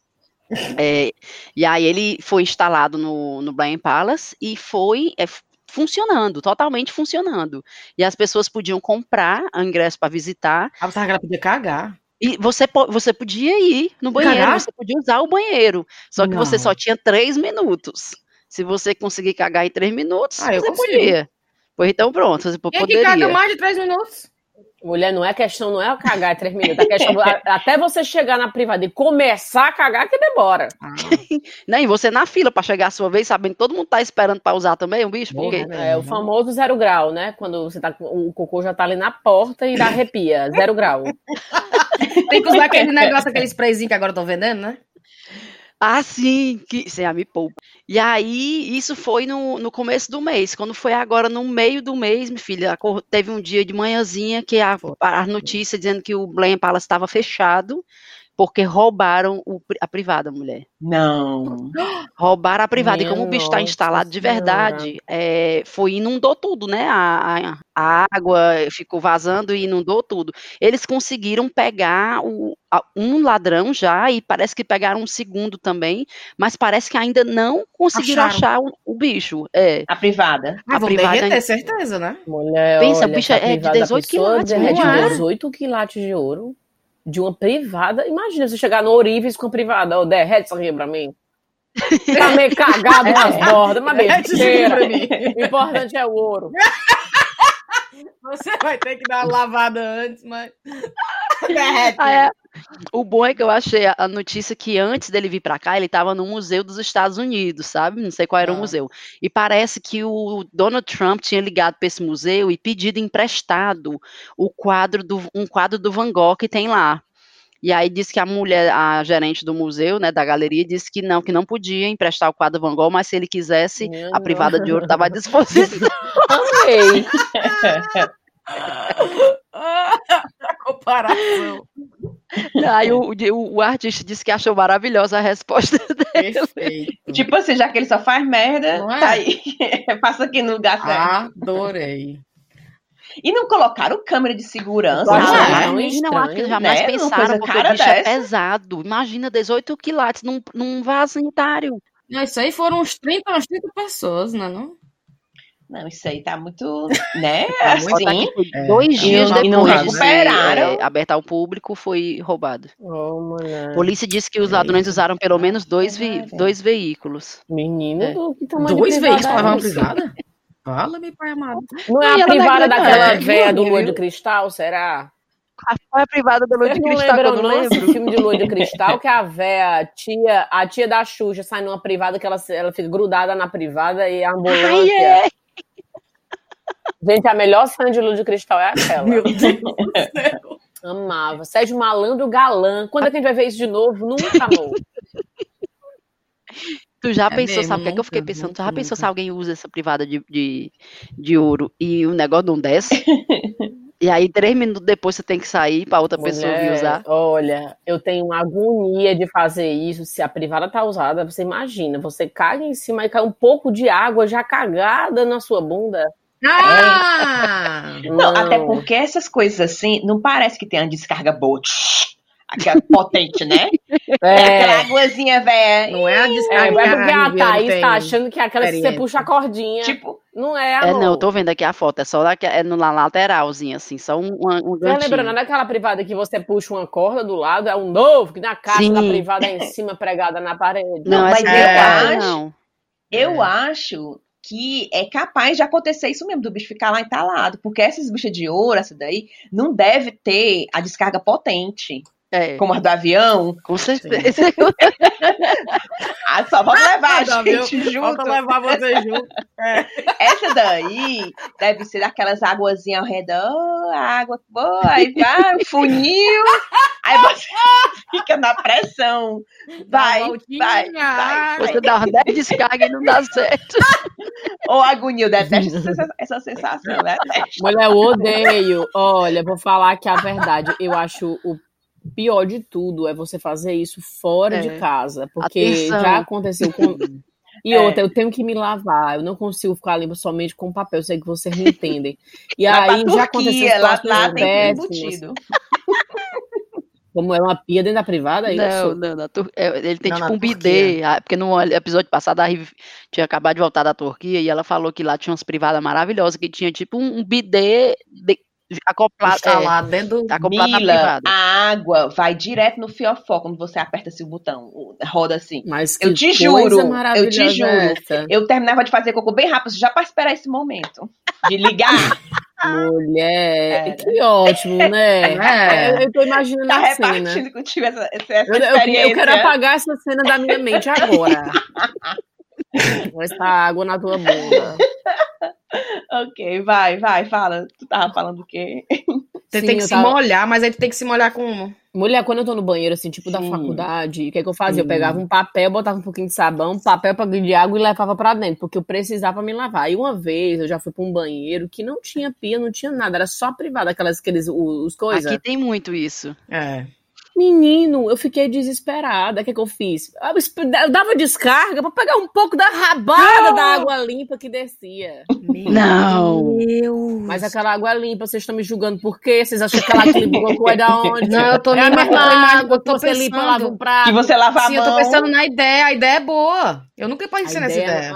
E aí ele foi instalado no Buckingham Palace e foi funcionando, totalmente funcionando. E as pessoas podiam comprar o ingresso para visitar. Você achava que ela podia cagar? E você podia ir no banheiro, você podia usar o banheiro, só que você só tinha 3 minutos. Se você conseguir cagar em 3 minutos, você podia. Pois então pronto, você poderia. Quem que caga mais de 3 minutos? Mulher, não é cagar em 3 minutos, a questão até você chegar na privada e começar a cagar que demora. Nem você na fila para chegar a sua vez, sabendo que todo mundo tá esperando para usar também, o bicho, porque... É o famoso 0 grau, né? Quando você o cocô já tá ali na porta e arrepia, 0 grau. Tem que usar aquele negócio, aquele sprayzinho que agora estão vendendo, né? Ah, sim, você me poupa. E aí, isso foi no começo do mês. Quando foi agora, no meio do mês, minha filha, teve um dia de manhãzinha que a notícia dizendo que o Buckingham Palace estava fechado, porque roubaram a privada, mulher. Não. Roubaram a privada. E como o bicho está instalado de verdade, inundou tudo, né? A água ficou vazando e inundou tudo. Eles conseguiram pegar um ladrão já, e parece que pegaram um segundo também, mas parece que ainda não conseguiram achar o bicho. A privada. A privada derreter, certeza, né? Mulher, pensa, o bicho é de 18 quilates. É de 18 quilates de ouro. De uma privada, imagina você chegar no Ourives com a privada, derrete isso aqui pra mim. Tá meio cagado nas bordas, mas besteira. O importante é o ouro. Você vai ter que dar uma lavada antes, mas... O bom é que eu achei a notícia que antes dele vir para cá, ele estava no Museu dos Estados Unidos, sabe? Não sei qual era o museu. E parece que o Donald Trump tinha ligado para esse museu e pedido emprestado um quadro do Van Gogh que tem lá. E aí disse que a gerente do museu, né, da galeria, disse que não podia emprestar o quadro do Van Gogh, mas se ele quisesse, a privada de ouro estava à disposição. Amei. A comparação. Aí o artista disse que achou maravilhosa a resposta dele. Perfeito. Tipo assim, já que ele só faz merda, Não é? tá aí. Passa aqui no lugar certo. Adorei. E não colocaram câmera de segurança. Não, né? não, Menina, eu acho que jamais né? pensaram, Uma porque coisa o bicho cara é dessa. pesado. Imagina 18 quilates num vaso sanitário. Não, isso aí foram umas 30 pessoas, né? Não? Não, isso aí tá muito, né? Só tá Assim. que foi 2 dias E não depois recuperaram. de aberto ao público, foi roubado. Mulher. A polícia disse que os ladrões usaram pelo menos dois veículos. Menino, que tamanho 2 de veículos privada para é uma esse? privada? Fala-me, pai amado. Não é E a ela privada não é daquela grande, véia do viu? Lua de Cristal, será? Qual é a privada do Lua de Vocês não Cristal que eu lembram, não não, esse lembro? filme de Lua de Cristal, que a véia, a tia da Xuxa sai numa privada que ela fica grudada na privada e a ambulância... Ai, é. Gente, a melhor cena de Lua de Cristal é aquela. Meu Deus do céu. Amava. Sérgio Malandro galã. Quando é que a gente vai ver isso de novo? Nunca, amor. Tu já É pensou, mesmo, sabe o que é que eu fiquei nunca, pensando? Tu já nunca, pensou se nunca. alguém usa essa privada de ouro e o negócio não desce? E aí 3 minutos depois você tem que sair pra outra pessoa vir usar? Olha, eu tenho uma agonia de fazer isso. Se a privada tá usada, você imagina, você caga em cima e cai um pouco de água já cagada na sua bunda. Não, até porque essas coisas assim, não parece que tem uma descarga boa. Aquela potente, né? Aquela aguazinha velha. Não é a descarga. É porque a Viviane Thaís tem tá achando que é aquela que você experiência. puxa a cordinha. Tipo, não é, amor. Não, eu tô vendo aqui a foto, é só na lateralzinha, assim, só um Você gantinho. lembrando daquela privada que você puxa uma corda do lado, é um novo, que na caixa Sim. da privada é em cima, pregada na parede. Não, mas essa eu acho que é capaz de acontecer isso mesmo, do bicho ficar lá entalado, porque essas bichas de ouro, essa daí, não deve ter a descarga potente. Como a do avião. Com certeza. Só vamos levar a Avião, gente junto. Vamos levar você junto. Essa daí deve ser daquelas aguazinhas ao redor, água boa, aí vai, um funil, aí você fica na pressão. Vai. Você dá 10 descargas e não dá certo. Ô, agonia, eu detesto essa sensação, né? Mulher, eu odeio. Olha, vou falar aqui a verdade. Eu acho o pior de tudo é você fazer isso fora de casa. Porque Atenção. já aconteceu com... E outra, eu tenho que me lavar. Eu não consigo ficar limpa somente com papel. Eu sei que vocês me entendem. E aí já aconteceu lá tem embutido. Como é uma pia dentro da privada, é isso? Não. Ele tem tipo um bidê. Porque no episódio passado a Riv tinha acabado de voltar da Turquia e ela falou que lá tinha umas privadas maravilhosas que tinha tipo um bidê acoplado, instalado dentro do acoplado na privada. A água vai direto no fiofó quando você aperta esse botão, roda assim. Mas eu te juro. Eu terminava de fazer cocô bem rápido já para esperar esse momento de ligar. Mulher, que ótimo, né? Eu tô imaginando a cena. Repartindo contigo essa experiência. Eu quero apagar essa cena da minha mente agora. Com essa água na tua bunda. Ok, vai, fala. Tu tava falando o quê? Você tem que se molhar, mas aí tu tem que se molhar como? Mulher, quando eu tô no banheiro, assim, tipo da faculdade, o que eu fazia? Eu pegava um papel, botava um pouquinho de sabão, papel de água e levava pra dentro, porque eu precisava me lavar. E uma vez eu já fui pra um banheiro que não tinha pia, não tinha nada, era só privado, os coisas. Aqui tem muito isso. Menino, eu fiquei desesperada. O que eu fiz? Eu dava descarga pra pegar um pouco da rabada da água limpa que descia. Não. Mas aquela água limpa, vocês estão me julgando por quê? Vocês acham que aquela colocou aí da onde? Não, eu tô na água que você limpa, lava um prato. Que você lava a mão. Sim, eu tô pensando na ideia. A ideia é boa. Eu nunca pensei nessa ideia.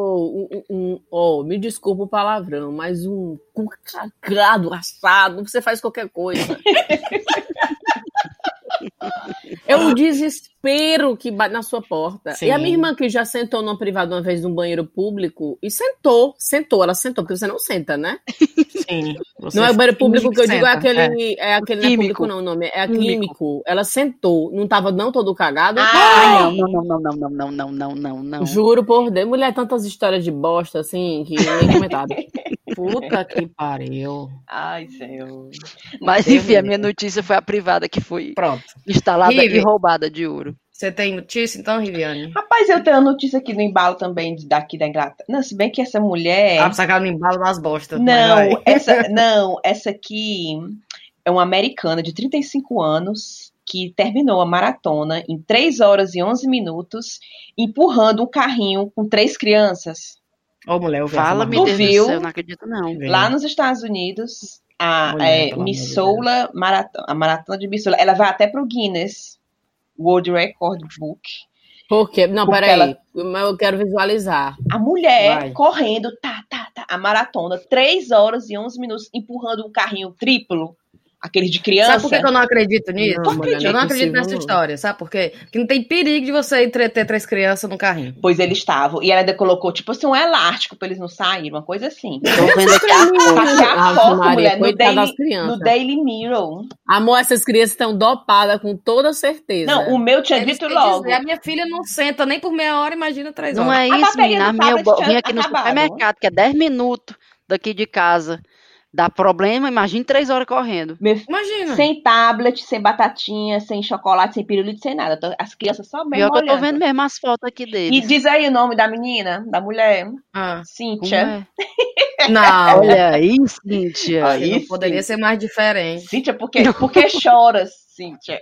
Amor, me desculpa o palavrão, mas um cu cagado, assado, você faz qualquer coisa. É o desespero que bate na sua porta. Sim. E a minha irmã que já sentou numa privada uma vez num banheiro público e sentou, ela sentou, porque você não senta, né? Sim. Não é o banheiro público que eu digo, é senta, aquele, não é Químico. público não, o nome, é químico. Ela sentou, não tava não todo cagado? Ai, não. Juro por Deus, mulher, tantas histórias de bosta, assim, que nem comentário. Puta que pariu. Ai, Senhor. Mas Deus enfim, a me minha notícia foi a privada que foi Pronto. instalada Rive. e roubada de ouro. Você tem notícia, então, Riviane? Rapaz, eu tenho uma notícia aqui no embalo também daqui da Inglaterra. Não, se bem que essa mulher... Ah, sacar no embalo das bostas. Não, essa aqui é uma americana de 35 anos que terminou a maratona em 3 horas e 11 minutos, empurrando um carrinho com 3 crianças. Ô, mulher, eu vi Fala, me Tu Deus viu? do céu, não acredito não. Lá nos Estados Unidos, a Mulher, pelo amor de Missoula, a maratona de Missoula, ela vai até pro Guinness World Record Book. Por quê? Não, Porque peraí, eu quero visualizar. A mulher Vai. correndo, a maratona, 3 horas e 11 minutos, empurrando um carrinho triplo, aquele de criança. Sabe por que eu não acredito nisso? Não, mulher, Eu não é acredito possível, nessa não. história, sabe por quê? Porque não tem perigo de você entreter 3 crianças no carrinho. Pois eles estavam. E ela ainda colocou, tipo assim, um elástico pra eles não saírem, uma coisa assim. Tô vendo aqui a Tá aqui a Ave foto, Maria, mulher, coitada das crianças. no Daily Mirror. Amor, essas crianças estão dopadas com toda certeza. Não, o meu tinha Eles dito têm logo. dizer, a minha filha não senta nem por meia hora, imagina 3 horas. Não é A isso, bateria menina. A do minha, tablet eu vim aqui no tinha acabado. supermercado, que é 10 minutos daqui de casa. Dá problema, imagina 3 horas correndo. Imagina. Sem tablet, sem batatinha, sem chocolate, sem pirulito, sem nada. Então, as crianças só mesmo Pior que eu tô olhando. vendo mesmo as fotos aqui E deles. diz aí o nome da menina, da mulher. Ah, Como Cíntia. é? não, Olha aí, Cíntia. Aí não sim. poderia ser mais diferente. Cíntia, porque choras, Cíntia?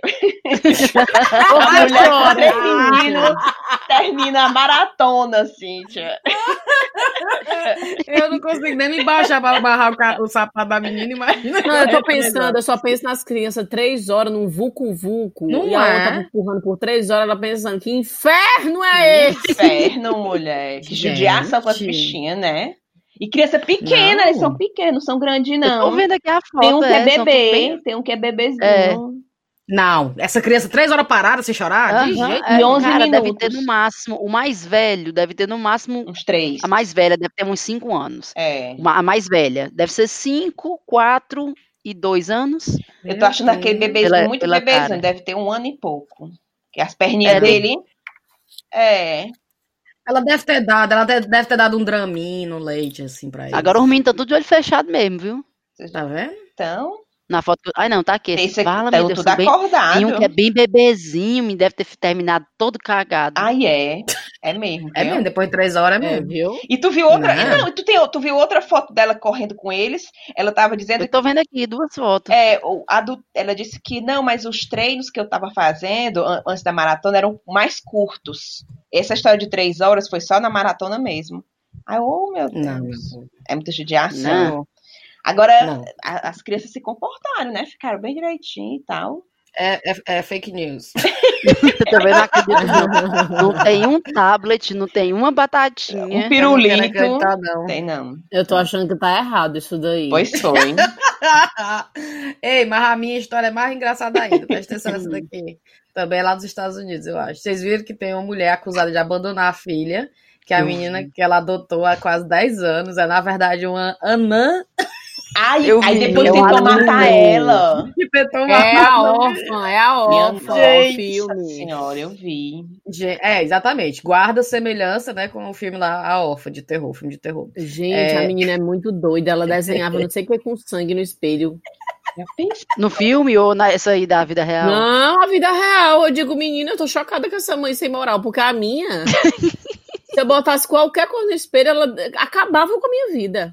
A Ai, mulher com chora. 3 meninos termina a maratona, Cíntia. Eu não consigo nem me baixar pra barrar o sapato da menina, imagina. Não, eu tô pensando, eu só penso nas crianças 3 horas num vulco-vulco. Não E a é? outra empurrando por 3 horas, ela pensando, que inferno é esse? Inferno, mulher. Que judiação com as Gente. bichinhas, né? E criança pequena, Não. eles são pequenos, não são grandes, Eu não. tô vendo aqui a foto. Tem um que é são bebê, bem- tem um que é bebezinho. É. Não, essa criança 3 horas parada sem chorar? De Aham, jeito E 11 cara, deve minutos. ter no máximo, o mais velho deve ter no máximo, Uns 3. a mais velha deve ter uns 5 anos. É. A mais velha deve ser 5, 4 e 2 anos. Eu tô achando aquele bebezinho Pela- muito pela bebezinho, cara. deve ter 1 ano e pouco. Que as perninhas É, dele. É. Ela deve ter dado um draminho no leite, assim, pra ele. Agora os meninos estão tudo de olho fechado mesmo, viu? Tá vendo? Então, Na foto. Ai, não, tá aqui. esse aqui Fala, tá meu Deus, tudo são bem. acordado. Tem um que é bem bebezinho, me deve ter terminado todo cagado. Ai, é. É mesmo. É viu? mesmo, depois de 3 horas é É, mesmo. viu? E tu viu outra. Não. Não, tu viu outra foto dela correndo com eles. Ela tava dizendo Eu tô vendo aqui 2 fotos. ela disse que não, mas os treinos que eu tava fazendo antes da maratona eram mais curtos. Essa história de 3 horas foi só na maratona mesmo. Ai, oh, meu Deus. Não, É muita judiação. Não. Agora, não. as crianças se comportaram, né? Ficaram bem direitinho e tal. É fake news. Eu também não acredito, não. Não tem um tablet, não tem uma batatinha. Um Eu não pirulito. quero acreditar, não. Tem não. Eu tô achando que tá errado isso daí. Pois foi. Ei, mas a minha história é mais engraçada ainda. Presta atenção nessa daqui. Também é lá dos Estados Unidos, eu acho. Vocês viram que tem uma mulher acusada de abandonar a filha, que a menina que ela adotou há quase 10 anos é, na verdade, uma anã Ai, Eu aí vi, depois eu tentou adorei. matar ela. que tentou É matar a a órfã, é a órfã, o Gente, Nossa filme. senhora, eu vi. exatamente. Guarda semelhança, né, com o filme lá, A Órfã, de terror, filme de terror. Gente, a menina é muito doida. Ela desenhava não sei o que com sangue no espelho. Já pensei. No filme ou nessa aí da vida real? Não, a vida real. Eu digo, menina, eu tô chocada com essa mãe sem moral, porque a minha, se eu botasse qualquer coisa no espelho, ela acabava com a minha vida.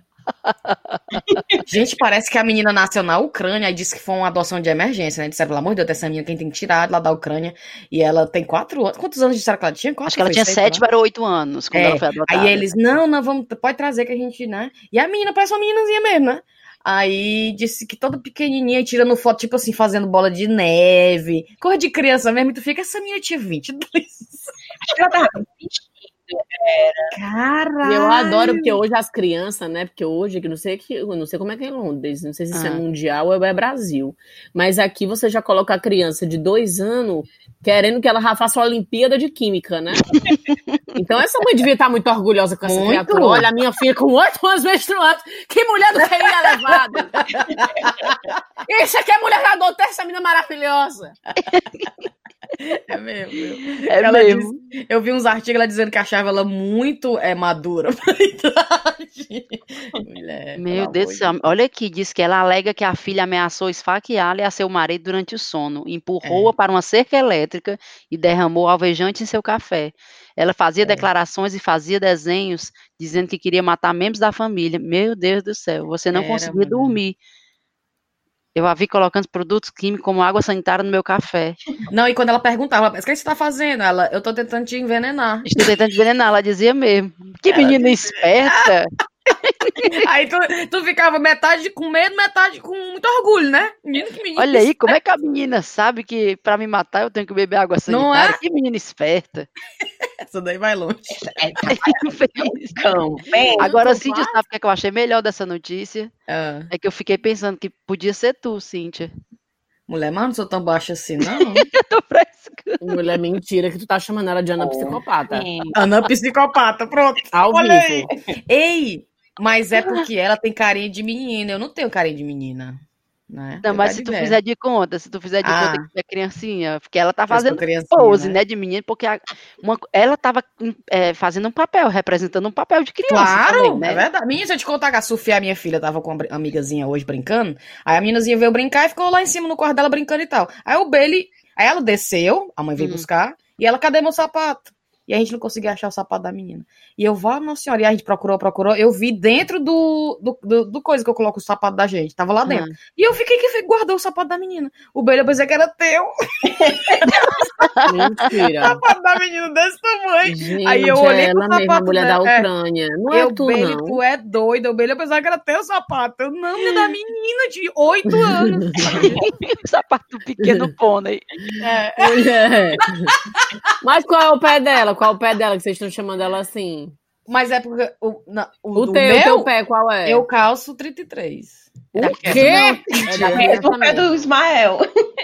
Gente, parece que a menina nasceu na Ucrânia e disse que foi uma adoção de emergência, né? Disseram, pelo amor de Deus, essa menina quem tem que tirar lá da Ucrânia. E ela tem 4 anos. Quantos anos disseram que ela tinha? Acho que ela tinha 7 para 8 anos quando ela foi adotada. Aí eles, não, vamos, pode trazer que a gente, né? E a menina parece uma meninazinha mesmo, né? Aí disse que toda pequenininha, tirando foto, tipo assim, fazendo bola de neve, cor de criança mesmo, e tu fica, essa menina tinha 22. Acho que ela tava com 20. Caralho! E eu adoro, porque hoje as crianças, né? Porque hoje, eu não sei como é que é em Londres, não sei se isso é mundial ou é Brasil. Mas aqui você já coloca a criança de 2 anos querendo que ela já faça uma Olimpíada de Química, né? Então essa mãe devia estar muito orgulhosa com essa criatura. Olha, a minha filha com 8 anos menstruando. Que mulher do QI elevado! Isso aqui é mulher da doutora, essa menina maravilhosa! É mesmo. É mesmo. Eu vi uns artigos lá dizendo que achava ela muito madura pra idade. Mulher, Meu Deus do céu. Olha aqui, diz que ela alega que a filha ameaçou esfaqueá-la e a seu marido durante o sono, empurrou-a para uma cerca elétrica e derramou alvejante em seu café. Ela fazia declarações e fazia desenhos dizendo que queria matar membros da família. Meu Deus do céu, você não conseguia dormir. Eu a vi colocando produtos químicos como água sanitária no meu café. Não, e quando ela perguntava, o que você tá fazendo? Ela, eu tô tentando te envenenar. Estou tentando te envenenar, ela dizia mesmo. Que menina esperta. Aí tu ficava metade com medo, metade com muito orgulho, né? Menina, que menina. Olha aí, como é que a menina sabe que pra me matar eu tenho que beber água sanitária? Que menina esperta. Essa daí vai longe. Agora, Cíntia, sabe o que eu achei melhor dessa notícia? É que eu fiquei pensando que podia ser tu, Cíntia. Mulher, mas não sou tão baixa assim, não. Eu tô frescando. Mulher, mentira que tu tá chamando ela de Ana Psicopata. Ana Psicopata, pronto. Ao vivo. Ei, mas é porque ela tem carinha de menina. Eu não tenho carinha de menina. Né? Não, mas se tu fizer de conta, que é criancinha, porque ela tá fazendo pose, né, de menina, porque ela tava fazendo um papel, representando um papel de criança. Claro, também, né? É verdade. Menina, se eu te contar que a Sofia, a minha filha, tava com uma amigazinha hoje brincando, aí a meninazinha veio brincar e ficou lá em cima no quarto dela brincando e tal. Aí o Bailey, aí ela desceu, a mãe veio buscar, e ela, cadê meu sapato? E a gente não conseguia achar o sapato da menina. E eu, nossa senhora, e a gente procurou, eu vi dentro do coisa que eu coloco o sapato da gente, tava lá dentro. E eu fiquei que guardou o sapato da menina. O Bailey, eu pensei que era teu. Mentira. O sapato da menina desse tamanho. Gente, aí eu olhei pro ela mesma, sapato a mulher da Ucrânia. Não é tu, Bailey, não. tu é doida. O Bailey, eu pensava que era teu sapato. Eu, não, é da menina de 8 anos. Sapato pequeno pônei. Mas qual é o pé dela? Qual é o pé dela que vocês estão chamando ela assim? Mas é porque o teu pé qual é? Eu calço 33. O quê? É o pé do Ismael.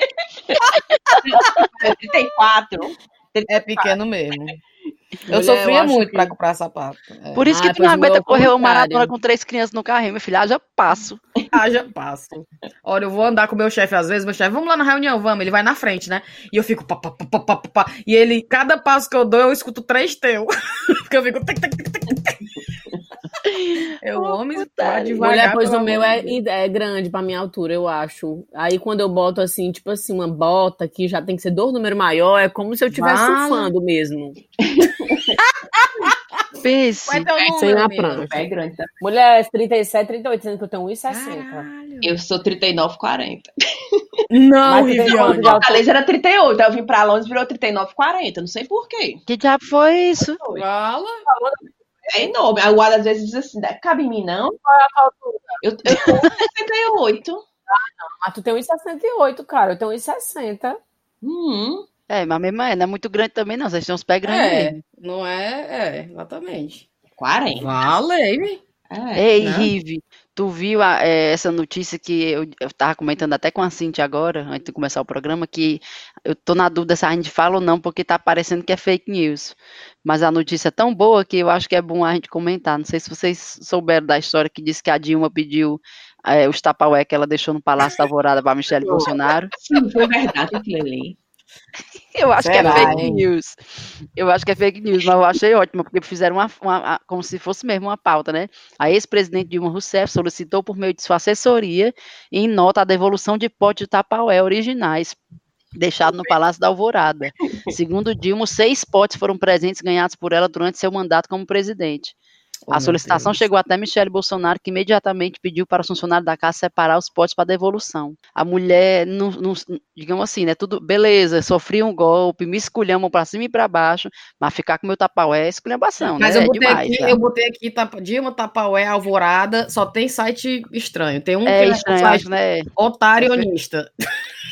34. É pequeno mesmo. Eu sofria muito pra comprar sapato. Por isso que tu não aguenta correr uma maratona com 3 crianças no carrinho, meu filho. Haja passo. Olha, eu vou andar com o meu chefe às vezes, vamos lá na reunião, vamos. Ele vai na frente, né? E eu fico pá. E ele, cada passo que eu dou, eu escuto 3 teu. Porque eu fico... Eu amo estar devagar. Mulher, pois o meu é grande pra minha altura, eu acho. Aí quando eu boto assim, tipo assim, uma bota que já tem que ser 2 números maior, é como se eu estivesse surfando mesmo. Pense. Sem a prancha. É grande, tá? Mulher, 37, 38, sendo que eu tenho 1,60. Eu sou 39,40. Não, Riviane. Fortaleza era 38, aí eu vim pra Londres e virou 39,40. Não sei por quê. Que diabo foi isso? Fala. É enorme. Aí o Ada às vezes diz assim, cabe em mim, não? Qual é a altura? Eu tenho 68. Mas tu tem 1,68, cara. Eu tenho 1,60. Mas mesmo não é muito grande também, não. Vocês têm uns pés grandes mesmo. Não é, exatamente. 40. Valeu. Ei, Rive, tu viu essa notícia que eu tava comentando até com a Cintia agora, antes de começar o programa, que eu tô na dúvida se a gente fala ou não, porque tá parecendo que é fake news. Mas a notícia é tão boa que eu acho que é bom a gente comentar. Não sei se vocês souberam da história que disse que a Dilma pediu os tapaué que ela deixou no Palácio da Alvorada para Michele Bolsonaro. Sim, foi verdade aquilo ali. Eu acho que é fake news. Eu acho que é fake news, mas eu achei ótimo, porque fizeram como se fosse mesmo uma pauta, né? A ex-presidente Dilma Rousseff solicitou por meio de sua assessoria, em nota, a devolução de potes de tapaué originais, deixados no Palácio da Alvorada. Segundo Dilma, 6 potes foram presentes ganhados por ela durante seu mandato como presidente. A solicitação chegou até Michele Bolsonaro, que imediatamente pediu para os funcionários da casa separar os potes para devolução. A mulher, digamos assim, né, tudo, beleza, sofri um golpe, me esculhambam para cima e para baixo, mas ficar com meu tapaué é esculhambação, mas né? eu botei aqui Dilma Tapaué Alvorada, só tem site estranho. Tem um que é estranho, site né? otarionista.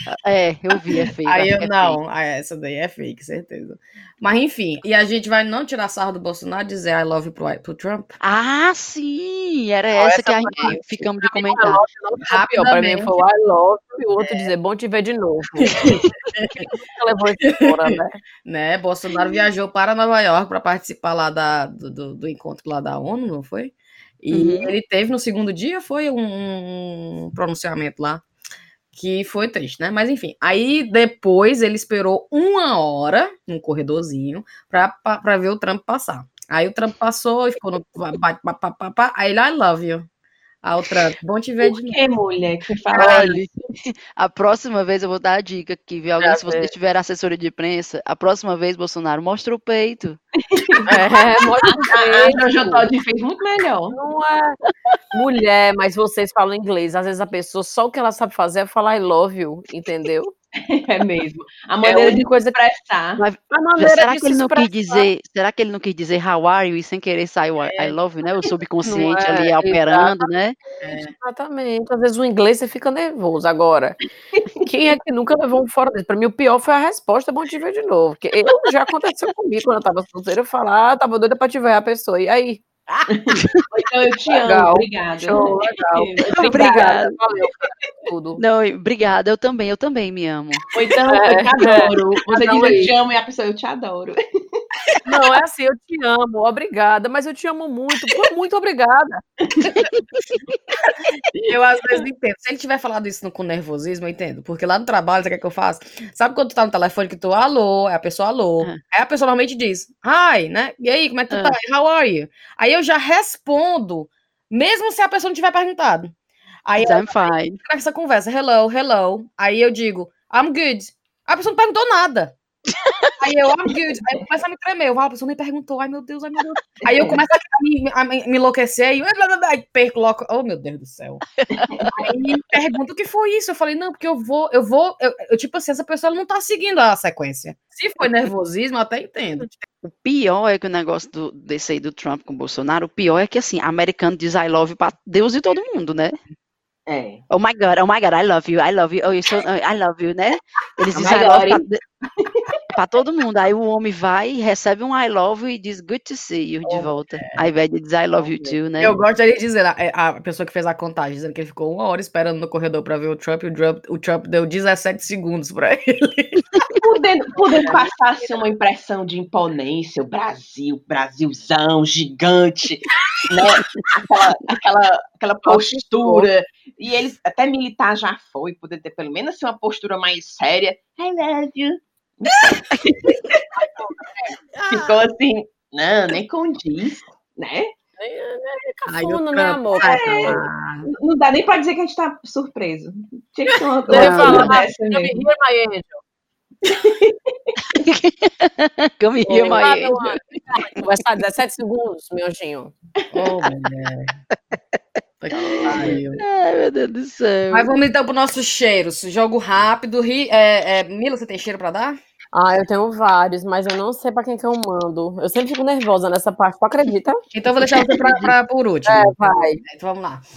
Eu vi, é fake. Aí acho eu que é não, essa daí é fake, certeza. Mas enfim, e a gente vai não tirar sarro do Bolsonaro e dizer I love you pro Trump? Ah, sim! Era Não, essa essa que a foi gente ficamos de pra mim, comentar. pior. Pra mim foi o I love you e o outro dizer bom te ver de novo. Quem nunca levou isso fora, né? Bolsonaro viajou para Nova York para participar lá do encontro lá da ONU, não foi? E ele teve no segundo dia, foi um pronunciamento lá, que foi triste, né? Mas enfim, aí depois ele esperou 1 hora num corredorzinho pra ver o Trump passar. Aí o Trump passou e ficou no aí ele, I love you. Aí o Trump, bom te ver Por de novo. que, mulher, que você fala Olha, isso? a próxima vez eu vou dar a dica aqui, viu? Alguém, Já se você vê. tiver assessoria de imprensa, a próxima vez, Bolsonaro, mostra o peito. Mostra o A Jojo peito. Toddy fez muito melhor. Não é mulher, mas vocês falam inglês. Às vezes a pessoa, só o que ela sabe fazer é falar I love you, entendeu? É mesmo. A maneira de coisa se expressar. Mas A maneira será de que ele se não quis expressar. dizer, será que ele não quis dizer how are you e sem querer saiu I love you, né? O Não subconsciente é, ali operando, né? exatamente. Às vezes o inglês você fica nervoso. Agora, quem é que nunca levou um fora desse? Pra mim, o pior foi a resposta, bom te ver de novo. Porque já aconteceu comigo quando eu tava solteira, eu falar, tava doida pra te ver a pessoa. E aí? Então eu te amo, Legal. obrigada. Show, legal. Obrigada. Valeu, tudo. Não, obrigada, eu também me amo. Ou então eu te adoro. Você diz Não, eu te amo e a pessoa eu te adoro. Não, é assim, eu te amo, obrigada, mas eu te amo muito, muito obrigada. Eu às vezes entendo. Se ele tiver falado isso com nervosismo, eu entendo. Porque lá no trabalho, sabe o que é que eu faço? Sabe quando tu tá no telefone que tu, alô, é a pessoa alô. Aí a pessoa normalmente diz, hi, né? E aí, como é que tu tá? How are you? Aí eu já respondo, mesmo se a pessoa não tiver perguntado. Aí I'm fine. Essa conversa, hello, hello. Aí eu digo, I'm good. A pessoa não perguntou nada. Aí eu, I'm good. Aí eu começo a me tremer. A pessoa me perguntou, ai meu Deus, ai meu Deus. Aí eu começo a me enlouquecer e aí perco logo. Oh, meu Deus do céu. Aí me pergunta o que foi isso. Eu falei, não, porque eu tipo assim, essa pessoa não tá seguindo a sequência. Se foi nervosismo, eu até entendo. O pior é que o negócio desse aí do Trump com o Bolsonaro, o pior é que, assim, americano diz I love you pra Deus e todo mundo, né? É. Oh my God, I love you, oh, I love you, né? Eles Oh dizem my I love God. pra todo mundo. Aí o homem vai, recebe um I love you e diz good to see you de volta. Aí vai dizer I love you too, né? Eu gosto de dizer, a pessoa que fez a contagem, dizendo que ele ficou 1 hora esperando no corredor pra ver o Trump, e o Trump deu 17 segundos pra ele. Podendo passar assim, uma impressão de imponência, o Brasil, Brasilzão, gigante, né? Aquela postura. E ele até militar já foi, poder ter pelo menos assim, uma postura mais séria. I love you. Ficou assim, não, nem condiz, né? Cafona, né, amor? Não dá nem pra dizer que a gente tá surpreso. Tinha que ser uma Ele fala, dessa come mesmo. here, my angel. Come here, my angel. Conversar 17 segundos, meu anjinho. Oh, mulher. Ai, meu Deus do céu. Mas vamos então pro nosso cheiro. Jogo rápido. Mila, você tem cheiro pra dar? Eu tenho vários, mas eu não sei pra quem que eu mando. Eu sempre fico nervosa nessa parte, tu acredita? Então eu vou deixar você por último. Vai. Então vamos lá.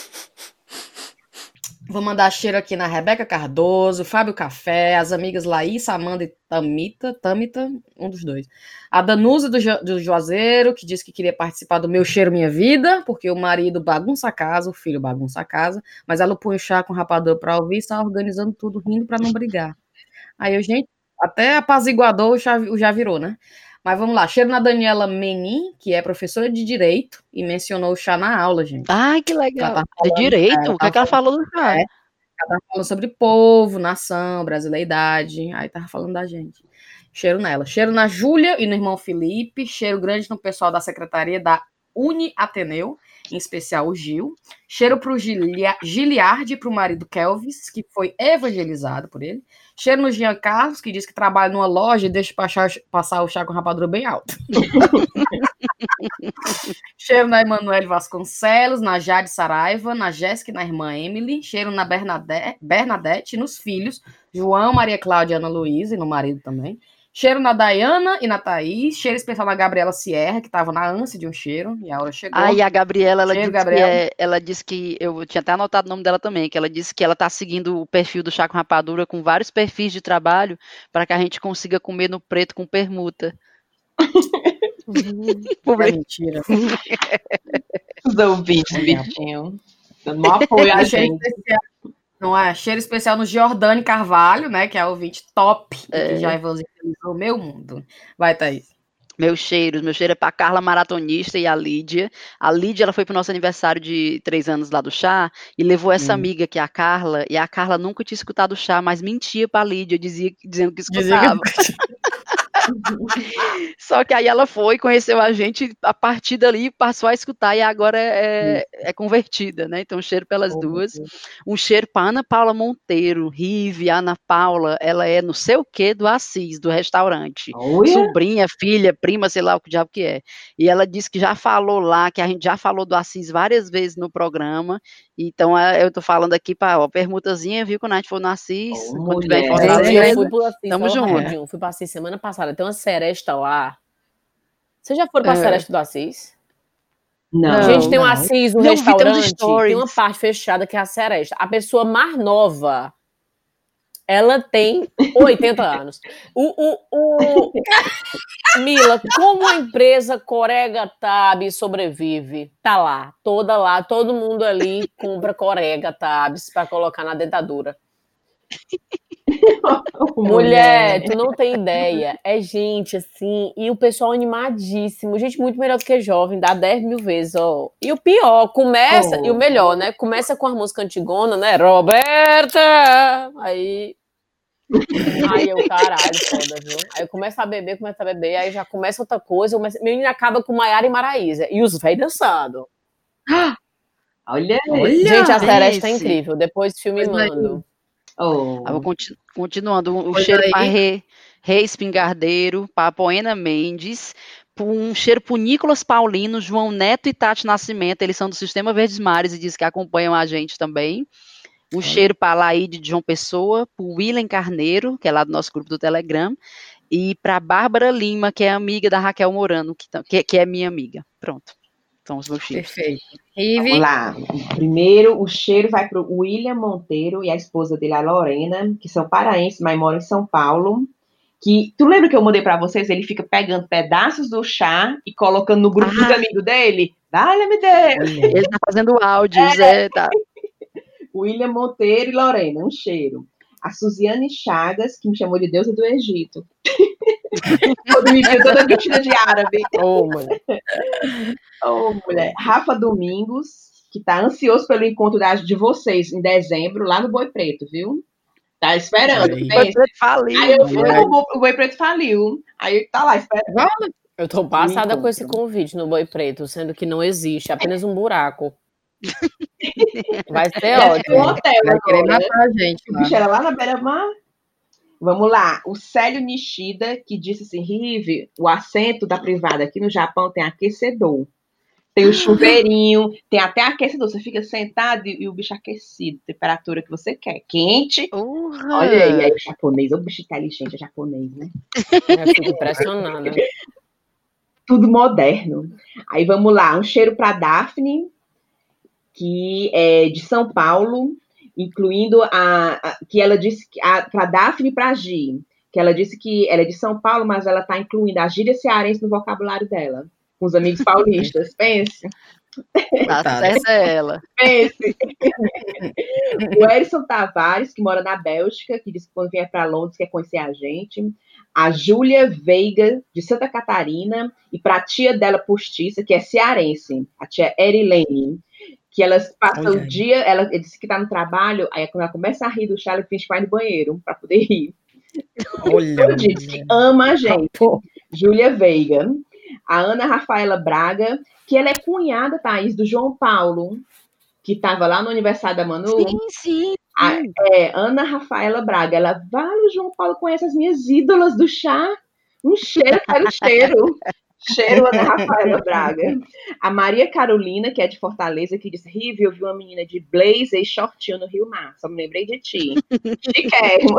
Vou mandar cheiro aqui na Rebeca Cardoso, Fábio Café, as amigas Laís, Amanda e Tamita, um dos dois. A Danusa do Juazeiro, que disse que queria participar do Meu Cheiro Minha Vida, porque o marido bagunça a casa, o filho bagunça a casa, mas ela põe o chá com rapador pra ouvir e está organizando tudo, rindo pra não brigar. Aí eu, gente, até apaziguador já virou, né? Mas vamos lá, cheiro na Daniela Menin, que é professora de Direito, e mencionou o chá na aula, gente. Ai, que legal. De Direito? O que é que ela falou do chá? Ela tava falando sobre povo, nação, brasileiridade, aí tava falando da gente. Cheiro nela. Cheiro na Júlia e no irmão Felipe, cheiro grande no pessoal da secretaria da Uni Ateneu, em especial o Gil. Cheiro pro Giliardi e pro marido Kelvis, que foi evangelizado por ele. Cheiro no Jean Carlos, que diz que trabalha numa loja e deixa passar o chá com rapadura bem alto. Cheiro na Emanuele Vasconcelos, na Jade Saraiva, na Jéssica e na irmã Emily. Cheiro na Bernadette, nos filhos, João, Maria Cláudia e Ana Luísa, e no marido também. Cheiro na Dayana e na Thaís. Cheiro especial na Gabriela Sierra, que tava na ânsia de um cheiro. E a hora chegou. E a Gabriela, Gabriela. ela disse que, eu tinha até anotado o nome dela também, que ela disse que ela tá seguindo o perfil do Chá com Rapadura com vários perfis de trabalho para que a gente consiga comer no preto com permuta. É mentira. Os ouvintes, bichinho. Dando maior apoio a gente. Não é? Cheiro especial no Giordane Carvalho, né? Que é o ouvinte top, que já evangelizou o meu mundo. Vai, Thaís. Meu cheiro é pra Carla Maratonista e a Lídia. A Lídia, ela foi pro nosso aniversário de 3 anos lá do chá e levou essa amiga, que é a Carla, e a Carla nunca tinha escutado o chá, mas mentia pra Lídia, dizendo que escutava. Só que aí ela foi, conheceu a gente, a partir dali passou a escutar e agora é convertida, né? Então, um cheiro pelas duas. Um cheiro para Ana Paula Monteiro, Rive, Ana Paula, ela é não sei o que do Assis, do restaurante. Sobrinha, filha, prima, sei lá o que diabo que é. E ela disse que já falou lá, que a gente já falou do Assis várias vezes no programa. Então, eu tô falando aqui para permutazinha, viu? Quando a gente for no Assis, quando tiver em Fortaleza, eu fui pro Assis, tamo junto. Fui pro Assis semana passada, tem uma seresta lá. Vocês já foram pra seresta do Assis? Não. Gente, tem um Assis, um restaurante, tem uma parte fechada que é a seresta. A pessoa mais nova, ela tem 80 anos. Mila, como a empresa Corega Tab sobrevive? Tá lá, todo mundo ali compra Corega Tabs para colocar na dentadura. Mulher, tu não tem ideia. É gente assim, e o pessoal animadíssimo, gente muito melhor do que jovem, dá 10 mil vezes, ó. E o pior, e o melhor, né? Começa com a música antigona, né? Roberta! Aí eu, caralho, foda, viu? Aí eu começo a beber, aí já começa outra coisa, menina acaba com Maiara e Maraísa. E os velhos dançando. Olha! Gente, a seresta é incrível. Depois o filme mando. Vou continuando. O cheiro para Rei Espingardeiro, para Poena Mendes, um cheiro para Nicolas Paulino, João Neto e Tati Nascimento. Eles são do Sistema Verdes Mares e diz que acompanham a gente também. Um cheiro para a Laíde de João Pessoa, para o William Carneiro, que é lá do nosso grupo do Telegram, e para a Bárbara Lima, que é amiga da Raquel Morano, que é minha amiga. Pronto. São os meus cheiros. Perfeito. Vamos lá. Primeiro, o cheiro vai para o William Monteiro e a esposa dele, a Lorena, que são paraenses, mas moram em São Paulo. Que, tu lembra que eu mandei para vocês? Ele fica pegando pedaços do chá e colocando no grupo dos amigos dele? Dá-lhe-me Deus! Ele tá fazendo áudios, tá. William Monteiro e Lorena, um cheiro. A Suziane Chagas, que me chamou de deusa do Egito. Toda vestida de árabe. Mulher. Rafa Domingos, que tá ansioso pelo encontro de vocês em dezembro, lá no Boi Preto, viu? Tá esperando. O Boi Preto faliu. Aí o Boi Preto faliu. Aí tá lá esperando. Eu tô passada com esse convite no Boi Preto, sendo que não existe, apenas um buraco. Vai ser ótimo. Um hotel, vai querer matar a gente. O bicho era lá na beira-mar. Vamos lá. O Célio Nishida, que disse assim, Rive, o assento da privada aqui no Japão tem aquecedor. Tem o chuveirinho, tem até aquecedor. Você fica sentado e o bicho aquecido, temperatura que você quer. Quente. Olha aí, o japonês. O bicho inteligente é japonês, né? Eu fico impressionada. Tudo moderno. Aí vamos lá. Um cheiro para Daphne, que é de São Paulo, incluindo que ela disse para Daphne e para Gi, que ela disse que ela é de São Paulo, mas ela está incluindo a gíria cearense no vocabulário dela, com os amigos paulistas. Pense. Essa é ela. Pense. O Erison Tavares, que mora na Bélgica, que disse que quando vier para Londres quer conhecer a gente. A Júlia Veiga, de Santa Catarina, e para a tia dela postiça, que é cearense, a tia Erilene, que elas passam o dia, ela disse que tá no trabalho, aí quando ela começa a rir do chá, ela finge que vai no banheiro para poder rir. Eu disse que ama a gente. Júlia Veiga. A Ana Rafaela Braga, que ela é cunhada, Thaís, do João Paulo, que estava lá no aniversário da Manu. Sim. Ana Rafaela Braga. Ela, vale, o João Paulo conhece as minhas ídolas do chá. Um cheiro, quero cheiro. Cheiro Ana Rafaela Braga. A Maria Carolina, que é de Fortaleza, que disse: Rive, eu vi uma menina de blazer e shortinho no Rio Mar. Só me lembrei de ti. Chiquérrimo.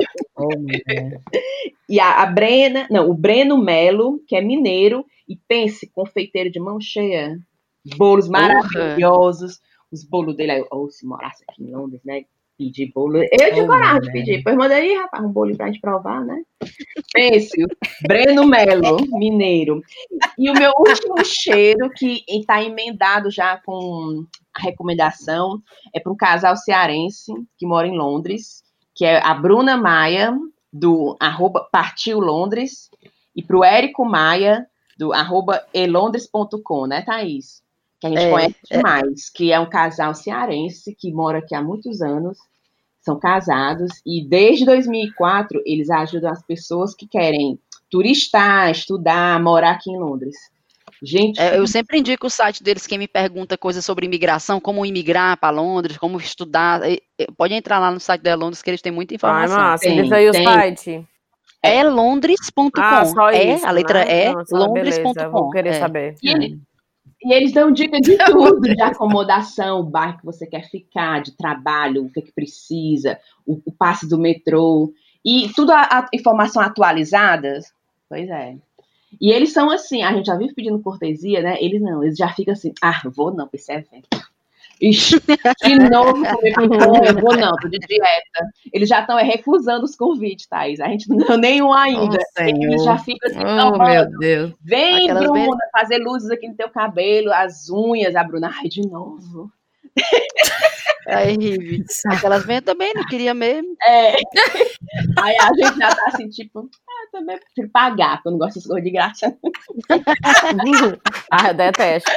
E o Breno Melo, que é mineiro, e pense, confeiteiro de mão cheia. Bolos maravilhosos. Os bolos dele aí, se morasse aqui em Londres, né? Pedir bolo. Eu tinha coragem de pedir. Pois manda aí, rapaz, um bolo pra gente provar, né? Pense, Breno Melo, mineiro. E o meu último cheiro, que está emendado já com a recomendação, é para um casal cearense que mora em Londres, que é a Bruna Maia, do @Partiu Londres, e para o Érico Maia, do @elondres.com, né, Thaís? Que a gente conhece demais, que é um casal cearense que mora aqui há muitos anos, são casados, e desde 2004 eles ajudam as pessoas que querem turistar, estudar, morar aqui em Londres. Gente, eu sempre indico o site deles, quem me pergunta coisas sobre imigração, como imigrar para Londres, como estudar, pode entrar lá no site da Londres, que eles têm muita informação. Massa, diz aí o site. É londres.com. Só isso, a letra né? londres.com. Vou querer saber. E eles dão dica de tudo, de acomodação, o bairro que você quer ficar, de trabalho, o que precisa, o passe do metrô, e tudo a informação atualizada. Pois é. E eles são assim, a gente já vive pedindo cortesia, né? Eles não, eles já ficam assim, vou não pra esse evento. Ixi, de novo comer pão, eu vou não, tô de dieta. Eles já estão recusando os convites, Thaís. A gente não deu nenhum ainda. Eles já ficam assim, meu Deus. Vem, Bruna, fazer luzes aqui no teu cabelo, as unhas, a Bruna, de novo. Aí, Rive. Aquelas venhas também, não queria mesmo. Aí a gente já tá assim, tipo, também prefiro pagar, porque eu não gosto dessas coisas de graça. Eu detesto.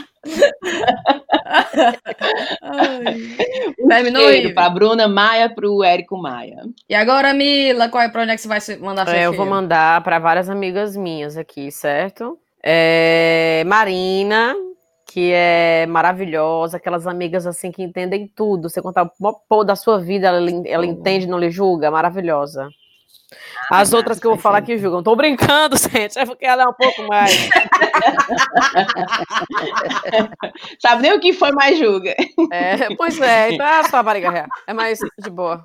Terminou para Bruna Maia, para o Érico Maia. E agora, Mila, pra onde é que você vai mandar seu Eu vou mandar para várias amigas minhas aqui, certo? Marina, que é maravilhosa, aquelas amigas assim que entendem tudo. Você contar o da sua vida, ela entende, não lhe julga, maravilhosa. As outras que eu vou falar que julgam. Tô brincando, gente. É porque ela é um pouco mais. Sabe nem o que foi, mas julga. Pois é. Então é só a barriga real. É mais de boa.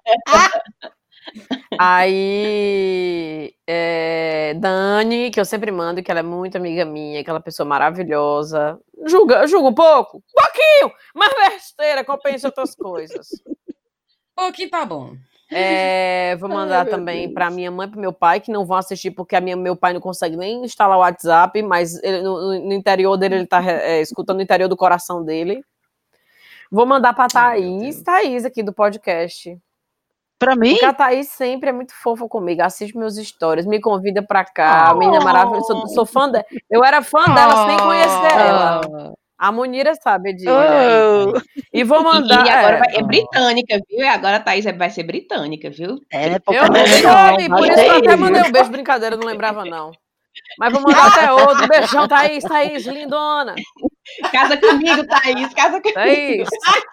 Aí, Dani, que eu sempre mando, que ela é muito amiga minha, aquela pessoa maravilhosa. Julga um pouco. Um pouquinho. Mas besteira, compensa outras coisas. Pouquinho tá bom. Vou mandar também para minha mãe e para meu pai, que não vão assistir porque meu pai não consegue nem instalar o WhatsApp, mas no interior dele, ele tá escutando o interior do coração dele. Vou mandar para Thaís aqui do podcast. Para mim? Porque a Thaís sempre é muito fofa comigo, assiste meus stories, me convida para cá, menina maravilhosa, sou fã dela. Eu era fã dela sem conhecer ela. A Munira sabe disso. E vou mandar. E agora é britânica, viu? E agora a Thaís vai ser britânica, viu? Eu não soube, por isso que eu até mandei um beijo, brincadeira, eu não lembrava, não. Mas vou mandar até outro. Beijão, Thaís, lindona. Casa comigo, Thaís, casa comigo. Thaís.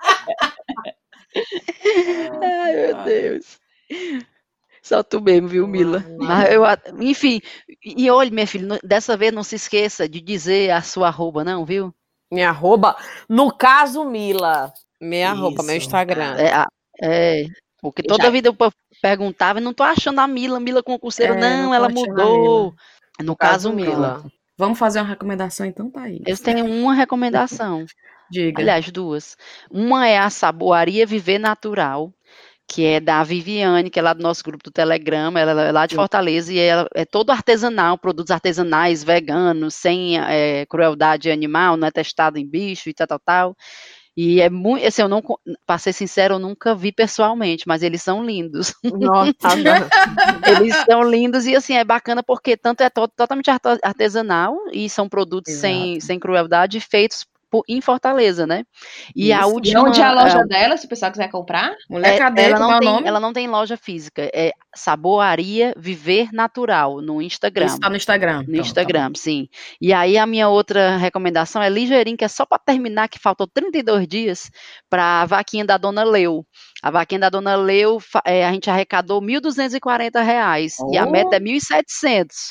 Ai, meu Deus. Só tu mesmo, viu, Mila? Mas enfim, e olha, minha filha, dessa vez não se esqueça de dizer a sua arroba, não, viu? Minha arroba, no caso, Mila. Minha arroba, meu Instagram. Porque toda vida eu perguntava e não tô achando a Mila concurseira, não, ela mudou. No caso, Mila. Vamos fazer uma recomendação então, Thaís? Eu tenho uma recomendação. Diga. Aliás, duas. Uma é a Saboaria Viver Natural, que é da Viviane, que é lá do nosso grupo do Telegram, ela é lá de Fortaleza, e ela é todo artesanal, produtos artesanais, veganos, sem crueldade animal, não é testado em bicho e tal. E é muito, assim, pra ser sincero, eu nunca vi pessoalmente, mas eles são lindos. Nossa, eles são lindos e, assim, é bacana porque tanto é totalmente artesanal e são produtos sem crueldade feitos em Fortaleza, né? E a última... Onde é a loja dela, se o pessoal quiser comprar? Mulher, cadê? Ela não tem loja física. É Saboaria Viver Natural, no Instagram. Isso tá no Instagram. No Instagram, sim. E aí a minha outra recomendação é ligeirinho, que é só para terminar, que faltou 32 dias, para a vaquinha da Dona Leu. A vaquinha da Dona Leu, a gente arrecadou R$ 1.240, e a meta é 1.700.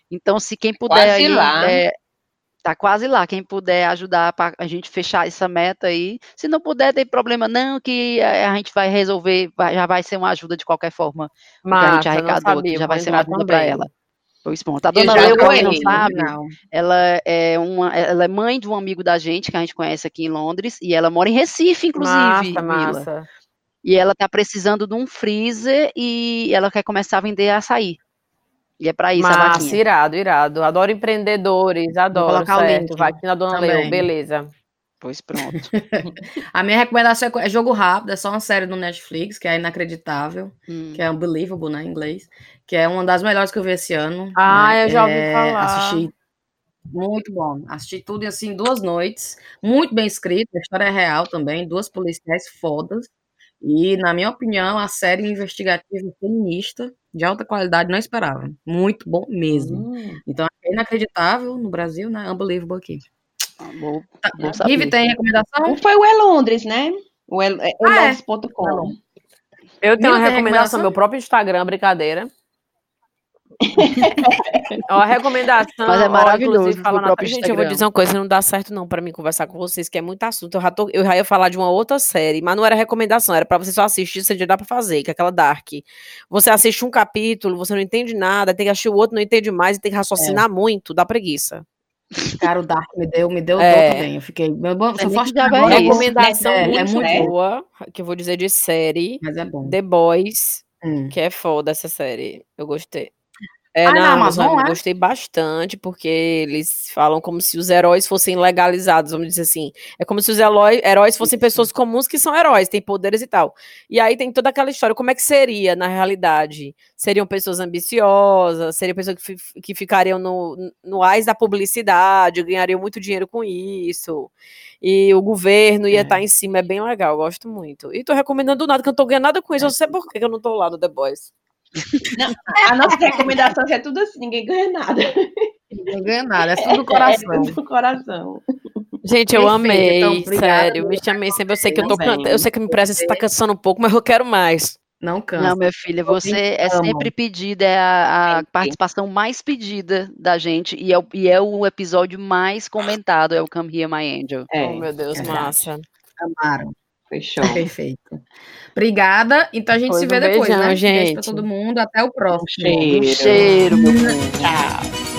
Então, se quem puder Quase aí, lá. tá quase lá, quem puder ajudar para a gente fechar essa meta aí, se não puder, tem problema não, que a gente vai resolver, já vai ser uma ajuda de qualquer forma, o que a gente Massa, não arrecadou aqui, sabia, já vou vai ser uma entrar ajuda para também. ela. Pois pronto. A Eu dona já Leu, pra quem não doei. sabe, Não. ela é mãe de um amigo da gente, que a gente conhece aqui em Londres, e ela mora em Recife, inclusive, Massa, Mila. massa. E ela tá precisando de um freezer e ela quer começar a vender açaí. E é para isso a Massa, vaquinha. irado. Adoro empreendedores, Vou adoro, colocar o certo. link Vai aqui na Dona Leu, também. beleza. Pois pronto. A minha recomendação é Jogo Rápido, é só uma série no Netflix, que é Inacreditável, que é Unbelievable, né, em inglês, que é uma das melhores que eu vi esse ano. Ah, né? eu já ouvi falar. Assisti muito bom. Assisti tudo em, assim, 2 noites. Muito bem escrito, a história é real também, 2 policiais fodas. E, na minha opinião, a série investigativa feminista, de alta qualidade, não esperava. Muito bom mesmo. Então, é Inacreditável no Brasil, né? Unbelievable aqui. Bom Rive, saber. tem recomendação? Um foi o Londres, né? O elondres.com. Eu tenho Mila, uma tem recomendação, meu próprio Instagram, brincadeira. Ó, a recomendação, Mas é maravilhoso inclusive, o falando próprio gente, eu vou Instagram. dizer uma coisa, não dá certo não pra mim conversar com vocês, que é muito assunto. Eu já ia falar de uma outra série, mas não era recomendação, era pra você só assistir, você já dá pra fazer, que é aquela Dark. Você assiste um capítulo, você não entende nada, tem que assistir o outro, não entende mais, e tem que raciocinar muito, dá preguiça. Cara, o Dark me deu dor também. Eu fiquei. Se eu fosse agora, recomendação é muito boa, que eu vou dizer de série. Mas é bom. The Boys, que é foda essa série. Eu gostei. Na Amazon, eu gostei bastante, porque eles falam como se os heróis fossem legalizados, vamos dizer assim. É como se os heróis fossem pessoas comuns que são heróis, têm poderes e tal. E aí tem toda aquela história, como é que seria na realidade? Seriam pessoas ambiciosas, seriam pessoas que ficariam no ás da publicidade, ganhariam muito dinheiro com isso. E o governo ia estar em cima, é bem legal, eu gosto muito. E tô recomendando do nada, que eu não tô ganhando nada com isso, eu não sei por que eu não tô lá no The Boys. Não, a nossa recomendação é tudo assim, ninguém ganha nada. Ninguém ganha nada, é tudo coração. É tudo coração. Gente, eu amei, então, obrigada, sério, me chamei sempre, eu sei que eu sei que me parece que você tá cansando um pouco, mas eu quero mais. Não cansa. Não, minha filha, você é sempre pedida, é a participação mais pedida da gente, e é o episódio mais comentado, é o Come Here, My Angel. Oh, meu Deus, massa. Amaram. Fechou. Perfeito. Obrigada. Então a gente se vê depois, beijão, né? gente. Beijo pra todo mundo. Até o próximo. Um cheiro. Um cheiro, meu povo. Tchau.